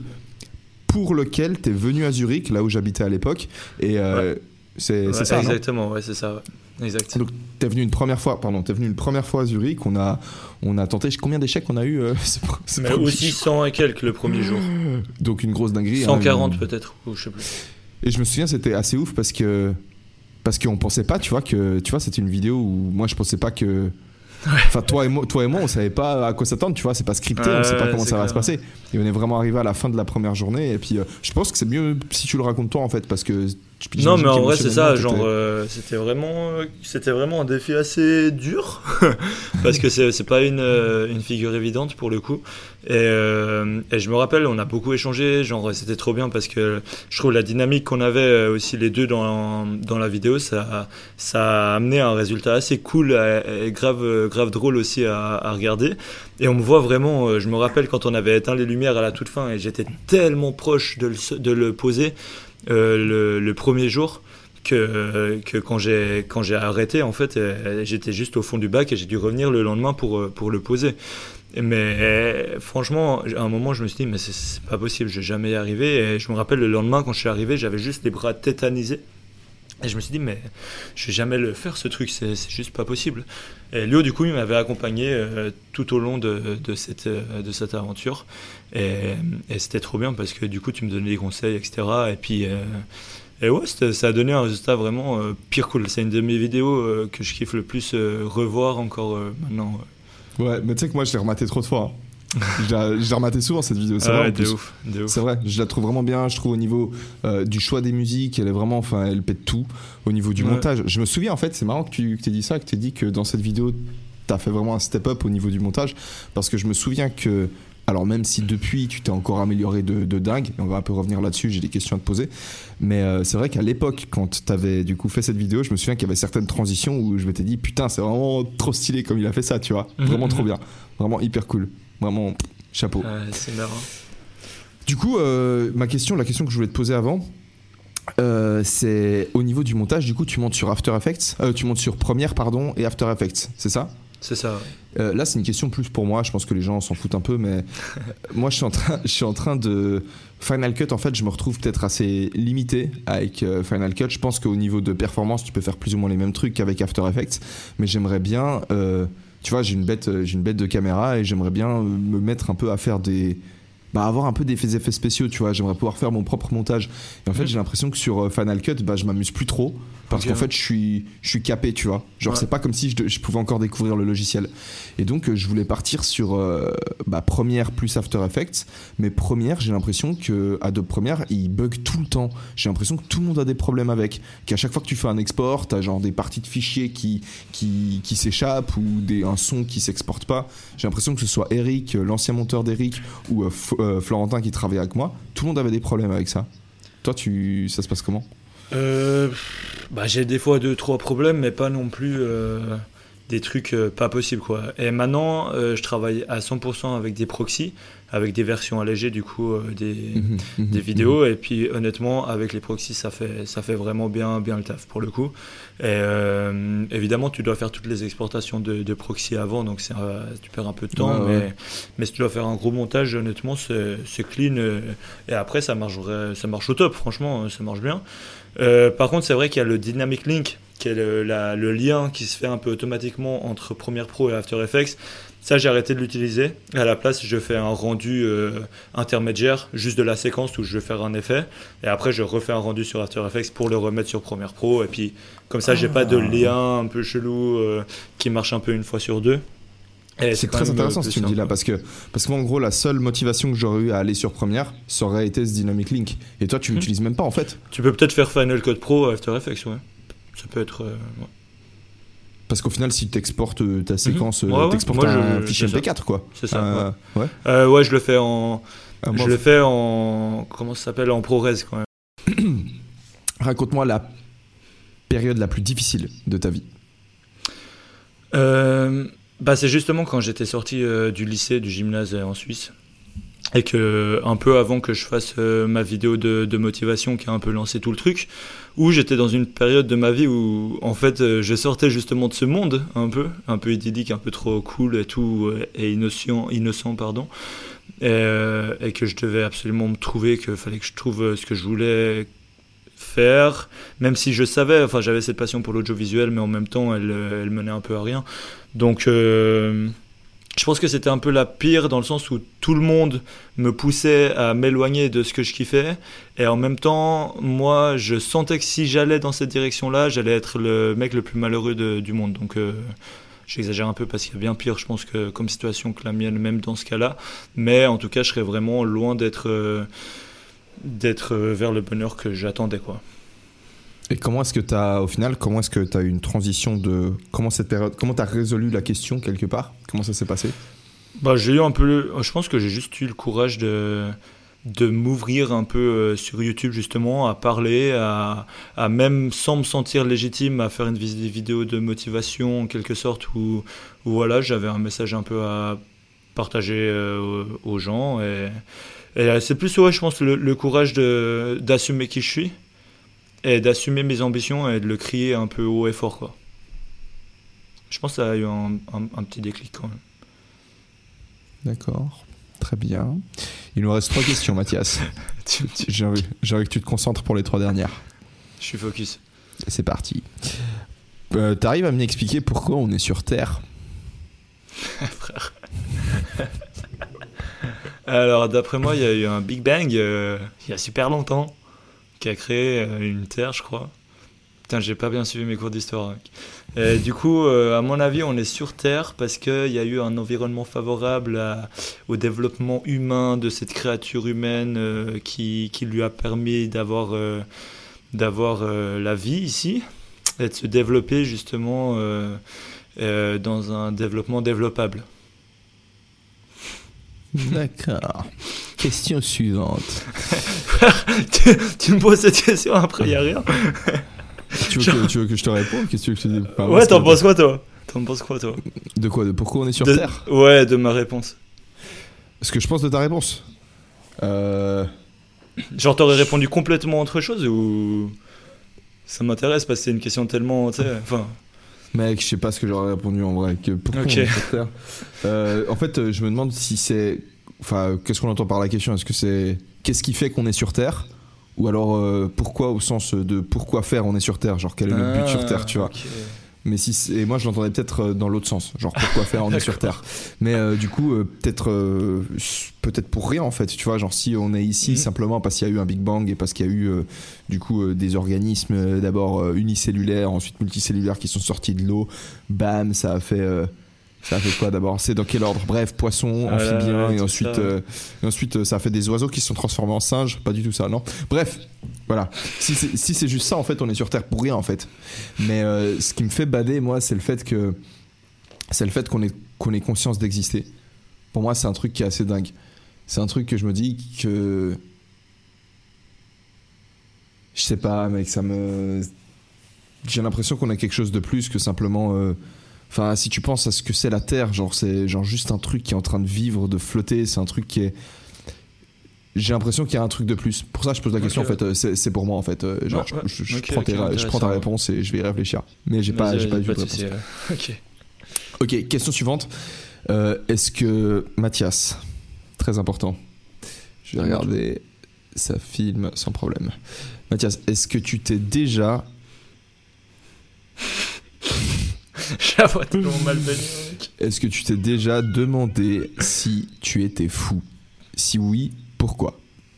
pour lequel t'es venu à Zurich, là où j'habitais à l'époque. Et euh, c'est, Ouais, c'est ça. non exactement, ouais, c'est ça. Ouais. Exact. Donc t'es venu une première fois, pardon, t'es venu une première fois à Zurich. On a, on a tenté. Combien d'échecs on a eu euh, ce- ce Mais premier aussi jour cent et quelques le premier jour. Donc une grosse dinguerie. hein, cent quarante une- peut-être, ou je sais plus. Et je me souviens, c'était assez ouf parce que parce qu'on pensait pas, tu vois, que tu vois, c'était une vidéo où moi je pensais pas que. Enfin, toi et moi, toi et moi, on savait pas à quoi s'attendre, tu vois, c'est pas scripté, on sait pas Ouais, comment c'est ça va clair. se passer. Et on est vraiment arrivé à la fin de la première journée. Et puis, euh, je pense que c'est mieux si tu le racontes toi en fait, parce que. Non, mais en vrai, c'est ça. qu'émotionnellement, Genre, t'étais- euh, c'était vraiment, euh, c'était vraiment un défi assez dur parce que c'est, c'est pas une, euh, une figure évidente pour le coup. Et, euh, et je me rappelle, on a beaucoup échangé. Genre, c'était trop bien parce que je trouve la dynamique qu'on avait euh, aussi les deux dans dans la vidéo, ça ça a amené un résultat assez cool et, et grave euh, grave drôle aussi à, à regarder. Et on me voit vraiment. euh, Je me rappelle quand on avait éteint les lumières à la toute fin et j'étais tellement proche de le, de le poser. Euh, le, le premier jour que, euh, que quand j'ai quand j'ai arrêté en fait euh, j'étais juste au fond du bac et j'ai dû revenir le lendemain pour, euh, pour le poser. Mais euh, franchement à un moment je me suis dit mais c'est, c'est pas possible, je vais jamais y arriver. Et je me rappelle le lendemain quand je suis arrivé j'avais juste les bras tétanisés Et je me suis dit, mais je vais jamais le faire ce truc, c'est, c'est juste pas possible. Et Léo, du coup, il m'avait accompagné euh, tout au long de, de, cette, euh, de cette aventure. Et, et c'était trop bien parce que du coup, tu me donnais des conseils, et cetera. Et puis, euh, et ouais, ça a donné un résultat vraiment euh, pire cool. C'est une de mes vidéos euh, que je kiffe le plus euh, revoir encore euh, maintenant. Ouais. Ouais, mais tu sais que moi, je l'ai rematé trop de fois. Hein. Je l'ai, je l'ai rematé souvent cette vidéo, c'est ah vrai. Ouais, en plus. de ouf, de ouf. C'est vrai, je la trouve vraiment bien. Je trouve au niveau euh, du choix des musiques, elle est vraiment, enfin, elle pète tout. Au niveau du ouais. montage, je me souviens en fait, c'est marrant que tu que aies dit ça, que tu aies dit que dans cette vidéo, t'as fait vraiment un step up au niveau du montage, parce que je me souviens que, alors même si depuis tu t'es encore amélioré de, de dingue, et on va un peu revenir là-dessus, j'ai des questions à te poser, mais euh, c'est vrai qu'à l'époque, quand t'avais du coup fait cette vidéo, je me souviens qu'il y avait certaines transitions où je m'étais dit putain, c'est vraiment trop stylé comme il a fait ça, tu vois, vraiment trop bien, vraiment hyper cool, vraiment. Chapeau. Euh, c'est marrant. Du coup, euh, ma question, la question que je voulais te poser avant, euh, c'est au niveau du montage. Du coup, tu montes sur After Effects, euh, tu montes sur Premiere, pardon, et After Effects, c'est ça ? C'est ça. Ouais. Euh, là, c'est une question plus pour moi. Je pense que les gens s'en foutent un peu, mais moi, je suis en train, je suis en train de Final Cut. En fait, je me retrouve peut-être assez limité avec euh, Final Cut. Je pense qu'au niveau de performance, tu peux faire plus ou moins les mêmes trucs qu'avec After Effects, mais j'aimerais bien. Euh, Tu vois, j'ai une bête, j'ai une bête de caméra et j'aimerais bien me mettre un peu à faire des, bah avoir un peu des effets spéciaux, tu vois. J'aimerais pouvoir faire mon propre montage. Et en fait, mmh. j'ai l'impression que sur Final Cut, bah je m'amuse plus trop parce okay, qu'en ouais. fait, je suis, je suis capé, tu vois. Genre, ouais. c'est pas comme si je, je pouvais encore découvrir le logiciel. Et donc, je voulais partir sur euh, bah, Premiere plus After Effects. Mais Premiere, j'ai l'impression que Adobe Premiere, il bug tout le temps. J'ai l'impression que tout le monde a des problèmes avec. Qu'à chaque fois que tu fais un export, t'as genre des parties de fichiers qui, qui, qui s'échappent ou des, un son qui s'exporte pas. J'ai l'impression que ce soit Eric, l'ancien monteur d'Eric, ou euh, F- euh, Florentin qui travaillait avec moi, tout le monde avait des problèmes avec ça. Toi, tu, ça se passe comment ? euh, bah, J'ai des fois deux, trois problèmes, mais pas non plus euh, des trucs euh, pas possibles, quoi. Et maintenant, euh, je travaille à cent pour cent avec des proxys, avec des versions allégées, du coup, euh, des, mmh, mmh, des vidéos. Mmh. Et puis, honnêtement, avec les proxys, ça fait, ça fait vraiment bien, bien le taf, pour le coup. Et euh, évidemment, tu dois faire toutes les exportations de, de proxy avant, donc c'est, euh, tu perds un peu de temps. Ouais, mais, ouais. mais si tu dois faire un gros montage, honnêtement, c'est, c'est clean. Et, et après, ça marche, ça marche au top, franchement, ça marche bien. Euh, par contre, c'est vrai qu'il y a le Dynamic Link, qui est le, la, le lien qui se fait un peu automatiquement entre Premiere Pro et After Effects. Ça, j'ai arrêté de l'utiliser. À la place, je fais un rendu euh, intermédiaire, juste de la séquence où je vais faire un effet. Et après, je refais un rendu sur After Effects pour le remettre sur Premiere Pro. Et puis, comme ça, ah. j'ai pas de lien un peu chelou euh, qui marche un peu une fois sur deux. Et c'est, c'est très intéressant ce que tu me dis là, parce que parce qu'en gros, la seule motivation que j'aurais eu à aller sur Premiere, ça aurait été ce Dynamic Link. Et toi, tu mmh. l'utilises même pas en fait. Tu peux peut-être faire Final Cut Pro After Effects, ouais. Ça peut être. Euh, ouais. Parce qu'au final, si tu exportes ta séquence, mmh. ouais, ouais. t'exportes Moi, un je, fichier M P quatre, quoi. C'est ça. Euh, ouais. Ouais. Euh, ouais, je le fais en. Ah, je moi, le fais en. Comment ça s'appelle ? En ProRes, quand même. Raconte-moi la période la plus difficile de ta vie. Euh. Bah, c'est justement quand j'étais sorti euh, du lycée, du gymnase en Suisse, et que un peu avant que je fasse euh, ma vidéo de, de motivation qui a un peu lancé tout le truc, où j'étais dans une période de ma vie où en fait euh, je sortais justement de ce monde un peu, un peu idyllique, un peu trop cool et tout, et innocent, innocent pardon, et, euh, et que je devais absolument me trouver, qu'il fallait que je trouve ce que je voulais faire, même si je savais, enfin j'avais cette passion pour l'audiovisuel, mais en même temps elle, elle menait un peu à rien. Donc euh, je pense que c'était un peu la pire dans le sens où tout le monde me poussait à m'éloigner de ce que je kiffais, et en même temps moi je sentais que si j'allais dans cette direction-là, j'allais être le mec le plus malheureux de, du monde. Donc euh, j'exagère un peu parce qu'il y a bien pire, je pense, que comme situation que la mienne, même dans ce cas-là, mais en tout cas je serais vraiment loin d'être euh, d'être vers le bonheur que j'attendais, quoi. Et comment est-ce que tu as, au final, comment est-ce que tu as eu une transition de... Comment cette période, comment tu as résolu la question quelque part ? Comment ça s'est passé ? Bah, j'ai eu un peu... Je pense que j'ai juste eu le courage de, de m'ouvrir un peu euh, sur YouTube, justement, à parler, à, à même sans me sentir légitime, à faire une vidéo de motivation, en quelque sorte, où, où voilà, j'avais un message un peu à partager euh, aux gens. Et, et c'est plus, ouais, je pense, le, le courage de, d'assumer qui je suis, et d'assumer mes ambitions et de le crier un peu haut et fort, quoi. Je pense que ça a eu un, un, un petit déclic quand même. D'accord, très bien. Il nous reste trois questions, Mathias. j'ai, envie, j'ai envie que tu te concentres pour les trois dernières. Je suis focus. C'est parti. Euh, t'arrives à m'expliquer pourquoi on est sur Terre? Frère. Alors, d'après moi, il y a eu un Big Bang euh, il y a super longtemps qui a créé euh, une Terre, je crois. Putain, j'ai pas bien suivi mes cours d'histoire. Mec. Et du coup, euh, à mon avis, on est sur Terre parce qu'il y a eu un environnement favorable à, au développement humain de cette créature humaine euh, qui, qui lui a permis d'avoir, euh, d'avoir euh, la vie ici et de se développer justement euh, euh, dans un développement développable. D'accord. Question suivante. tu, tu me poses cette question, après il n'y a rien. Tu veux, que, tu veux que je te réponde? Qu'est-ce que tu veux que je te dise? Enfin, ouais, t'en penses quoi, toi? T'en penses quoi, toi? De quoi? De pourquoi on est sur de... Terre? Ouais, de ma réponse. Ce que je pense de ta réponse. Euh... Genre, t'aurais répondu complètement autre chose ou... Ça m'intéresse parce que c'est une question tellement... Enfin... Mec, je sais pas ce que j'aurais répondu en vrai. Que pourquoi okay. on est sur Terre euh, En fait, je me demande si c'est... Enfin, qu'est-ce qu'on entend par la question? Est-ce que c'est... Qu'est-ce qui fait qu'on est sur Terre? Ou alors, euh, pourquoi au sens de pourquoi faire on est sur Terre? Genre, quel est le but ah, sur Terre, tu vois okay. Mais si c'est... moi, je l'entendais peut-être dans l'autre sens. Genre, pourquoi faire on est sur Terre? Mais euh, du coup, euh, peut-être, euh, peut-être pour rien, en fait. Tu vois, genre, si on est ici mm-hmm. simplement parce qu'il y a eu un Big Bang et parce qu'il y a eu, euh, du coup, euh, des organismes euh, d'abord euh, unicellulaires, ensuite multicellulaires qui sont sortis de l'eau. Bam, ça a fait... Euh, Ça a fait quoi d'abord? C'est dans quel ordre? Bref, poisson, ah amphibien, ouais, et, ensuite, euh, et ensuite ça a fait des oiseaux qui se sont transformés en singes. Pas du tout ça, non? Bref, voilà. Si c'est, si c'est juste ça, en fait, on est sur Terre pour rien, en fait. Mais euh, ce qui me fait bader, moi, c'est le fait que c'est le fait qu'on ait, qu'on ait conscience d'exister. Pour moi, c'est un truc qui est assez dingue. C'est un truc que je me dis que... Je sais pas, mec, ça me... J'ai l'impression qu'on a quelque chose de plus que simplement... Euh... Enfin, si tu penses à ce que c'est la Terre, genre c'est genre juste un truc qui est en train de vivre, de flotter, c'est un truc qui est... J'ai l'impression qu'il y a un truc de plus. Pour ça, je pose la question, okay. en fait, c'est, c'est pour moi, en fait. Genre, ouais, ouais. je, je, okay, prends okay, tes, je prends ta réponse et je vais y réfléchir. Mais j'ai Mais pas, j'ai pas, j'ai pas, pas de réponse. Ok. Ok, question suivante. Euh, est-ce que Mathias, très important, je vais regarder, ça filme sans problème. Mathias, est-ce que tu t'es déjà... J'avoue tellement malvenu. Est-ce que tu t'es déjà demandé si tu étais fou? Si oui, pourquoi?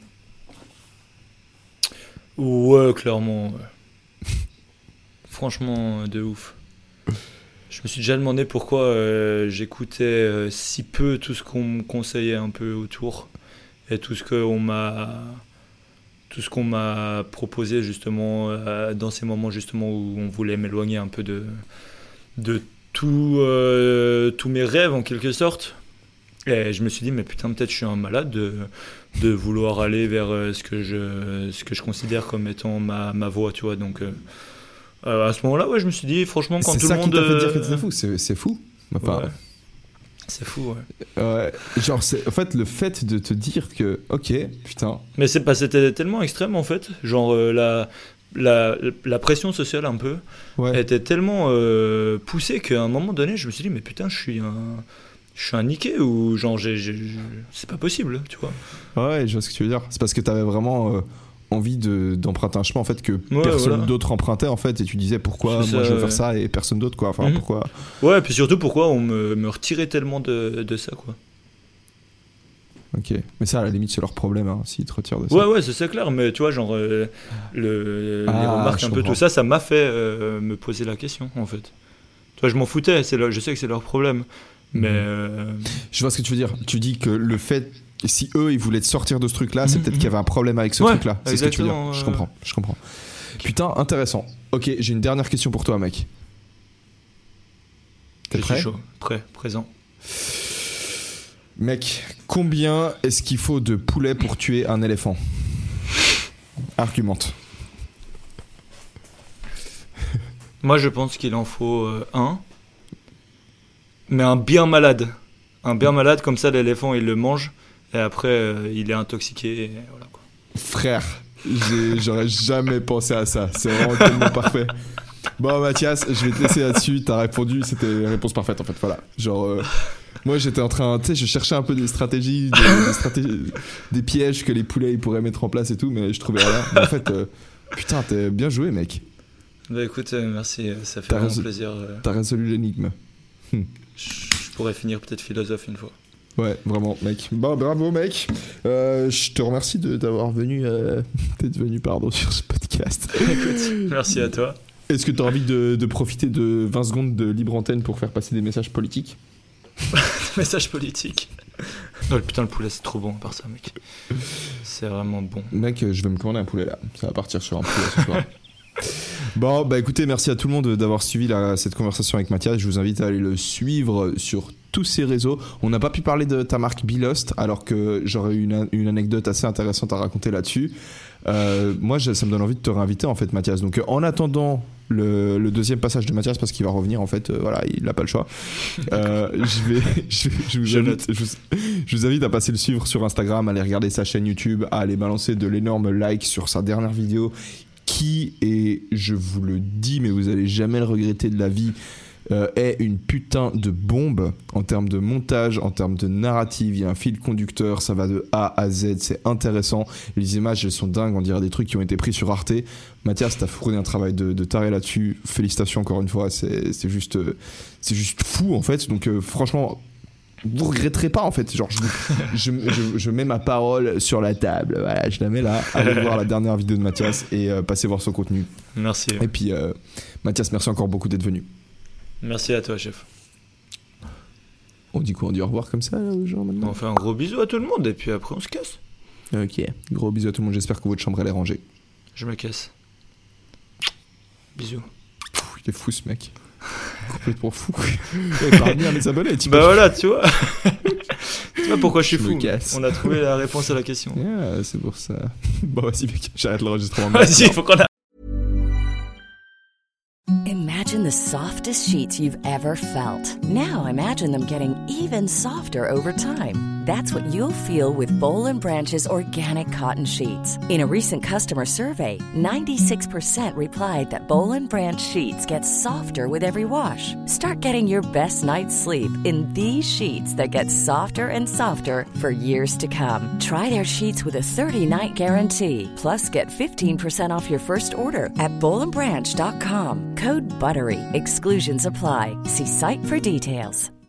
Ouais, clairement. Ouais. Franchement, de ouf. Je me suis déjà demandé pourquoi euh, j'écoutais euh, si peu tout ce qu'on me conseillait un peu autour et tout ce qu'on m'a, tout ce qu'on m'a proposé justement euh, dans ces moments justement où on voulait m'éloigner un peu de de tout, euh, tous mes rêves en quelque sorte. Et je me suis dit mais putain, peut-être je suis un malade de, de vouloir aller vers euh, ce que je ce que je considère comme étant ma ma voie, tu vois. Donc euh, euh, à ce moment-là, ouais, je me suis dit franchement quand c'est tout le monde c'est ça qui t'a fait dire que t'étais fou, c'est c'est fou. Enfin, ouais. C'est fou, ouais. ouais. Genre, c'est, en fait, le fait de te dire que, ok, putain. Mais c'est pas, c'était tellement extrême en fait. Genre euh, la La, la pression sociale un peu ouais. était tellement euh, poussée qu'à un moment donné je me suis dit mais putain je suis un je suis un niqué ou genre j'ai, j'ai, j'ai, c'est pas possible, tu vois. Ouais, je vois ce que tu veux dire. C'est parce que t'avais vraiment euh, envie de, d'emprunter un chemin en fait que ouais, personne voilà. d'autre empruntait en fait et tu disais pourquoi c'est moi ça, je veux ouais. faire ça et personne d'autre quoi. Enfin mm-hmm. pourquoi. Ouais, et puis surtout pourquoi on me, me retirait tellement de, de ça quoi. Ok, mais ça à la limite c'est leur problème hein, s'ils te retirent de ça. Ouais ouais c'est, c'est clair, mais tu vois genre euh, le, ah, les remarques un peu tout ça, ça m'a fait euh, me poser la question en fait. Tu vois je m'en foutais, c'est le, je sais que c'est leur problème, mais... Euh... Je vois ce que tu veux dire, tu dis que le fait, si eux ils voulaient te sortir de ce truc là, c'est mm-hmm. peut-être qu'il y avait un problème avec ce ouais, truc là, c'est ce que tu veux dire, euh... je comprends, je comprends. Okay. Putain intéressant, ok j'ai une dernière question pour toi mec. T'es je prêt? suis chaud, prêt, présent. Mec, combien est-ce qu'il faut de poulets pour tuer un éléphant? Argumente. Moi, je pense qu'il en faut euh, un, mais un bien malade. Un bien malade, comme ça, l'éléphant, il le mange, et après, euh, il est intoxiqué, et voilà, quoi. Frère, j'ai, j'aurais jamais pensé à ça. C'est vraiment tellement parfait. Bon, Mathias, je vais te laisser là-dessus. T'as répondu, c'était la réponse parfaite, en fait. Voilà, genre... Euh... Moi j'étais en train, tu sais, je cherchais un peu des stratégies, des, des stratégies, des pièges que les poulets ils pourraient mettre en place et tout, mais je trouvais rien. Mais en fait, euh, putain, t'es bien joué, mec. Bah écoute, euh, merci, ça fait T'as vraiment résol- plaisir. Euh, T'as résolu l'énigme. je, je pourrais finir peut-être philosophe une fois. Ouais, vraiment, mec. Bon, bravo, mec. Euh, je te remercie de, d'avoir venu, euh, d'être venu, pardon, sur ce podcast. Écoute, merci à toi. Est-ce que tu as envie de, de profiter de vingt secondes de libre antenne pour faire passer des messages politiques? Message politique. Oh putain, le poulet c'est trop bon par ça, mec. C'est vraiment bon. Mec, je vais me commander un poulet là. Ça va partir sur un poulet ce soir. Bon, bah écoutez, merci à tout le monde d'avoir suivi la, cette conversation avec Mathias. Je vous invite à aller le suivre sur tous ses réseaux. On n'a pas pu parler de ta marque Belost, alors que j'aurais eu une, une anecdote assez intéressante à raconter là-dessus. Euh, moi, je, ça me donne envie de te réinviter en fait, Mathias. Donc, euh, en attendant le, le deuxième passage de Mathias, parce qu'il va revenir en fait, euh, voilà, il n'a pas le choix. Euh, je vais, je, je, vous Je invite, je, vous- je vous invite à passer le suivre sur Instagram, à aller regarder sa chaîne YouTube, à aller balancer de l'énorme like sur sa dernière vidéo, qui est, je vous le dis, mais vous allez jamais le regretter de la vie. Euh, est une putain de bombe en termes de montage, en termes de narrative. Il y a un fil conducteur, ça va de A à Z, c'est intéressant. Les images, elles sont dingues, on dirait des trucs qui ont été pris sur Arte. Mathias, t'as fourni un travail de, de taré là-dessus. Félicitations encore une fois, c'est, c'est, juste, euh, c'est juste fou en fait. Donc euh, franchement, vous regretterez pas en fait. Genre, je, je, je, je mets ma parole sur la table. Voilà, je la mets là. Allez voir la dernière vidéo de Mathias et euh, passez voir son contenu. Merci. Et puis, euh, Mathias, merci encore beaucoup d'être venu. Merci à toi, chef. On dit quoi? On dit au revoir comme ça là, aux gens maintenant? On fait un gros bisou à tout le monde et puis après on se casse. Ok, gros bisous à tout le monde, j'espère que votre chambre elle est rangée. Je me casse. Bisous. Pff, il est fou ce mec. Complètement fou. Il parle bien à mes abonnés. Bah voilà, tu vois. Tu vois pourquoi je suis Je me fou. casse. On a trouvé la réponse à la question. Yeah, c'est pour ça. Bon, vas-y mec, j'arrête l'enregistrement. Vas-y, il faut qu'on a... Imagine the softest sheets you've ever felt. Now imagine them getting even softer over time. That's what you'll feel with Bowl and Branch's organic cotton sheets. In a recent customer survey, ninety-six percent replied that Bowl and Branch sheets get softer with every wash. Start getting your best night's sleep in these sheets that get softer and softer for years to come. Try their sheets with a thirty-night guarantee. Plus, get fifteen percent off your first order at bowl and branch dot com. Code BUTTERY. Exclusions apply. See site for details.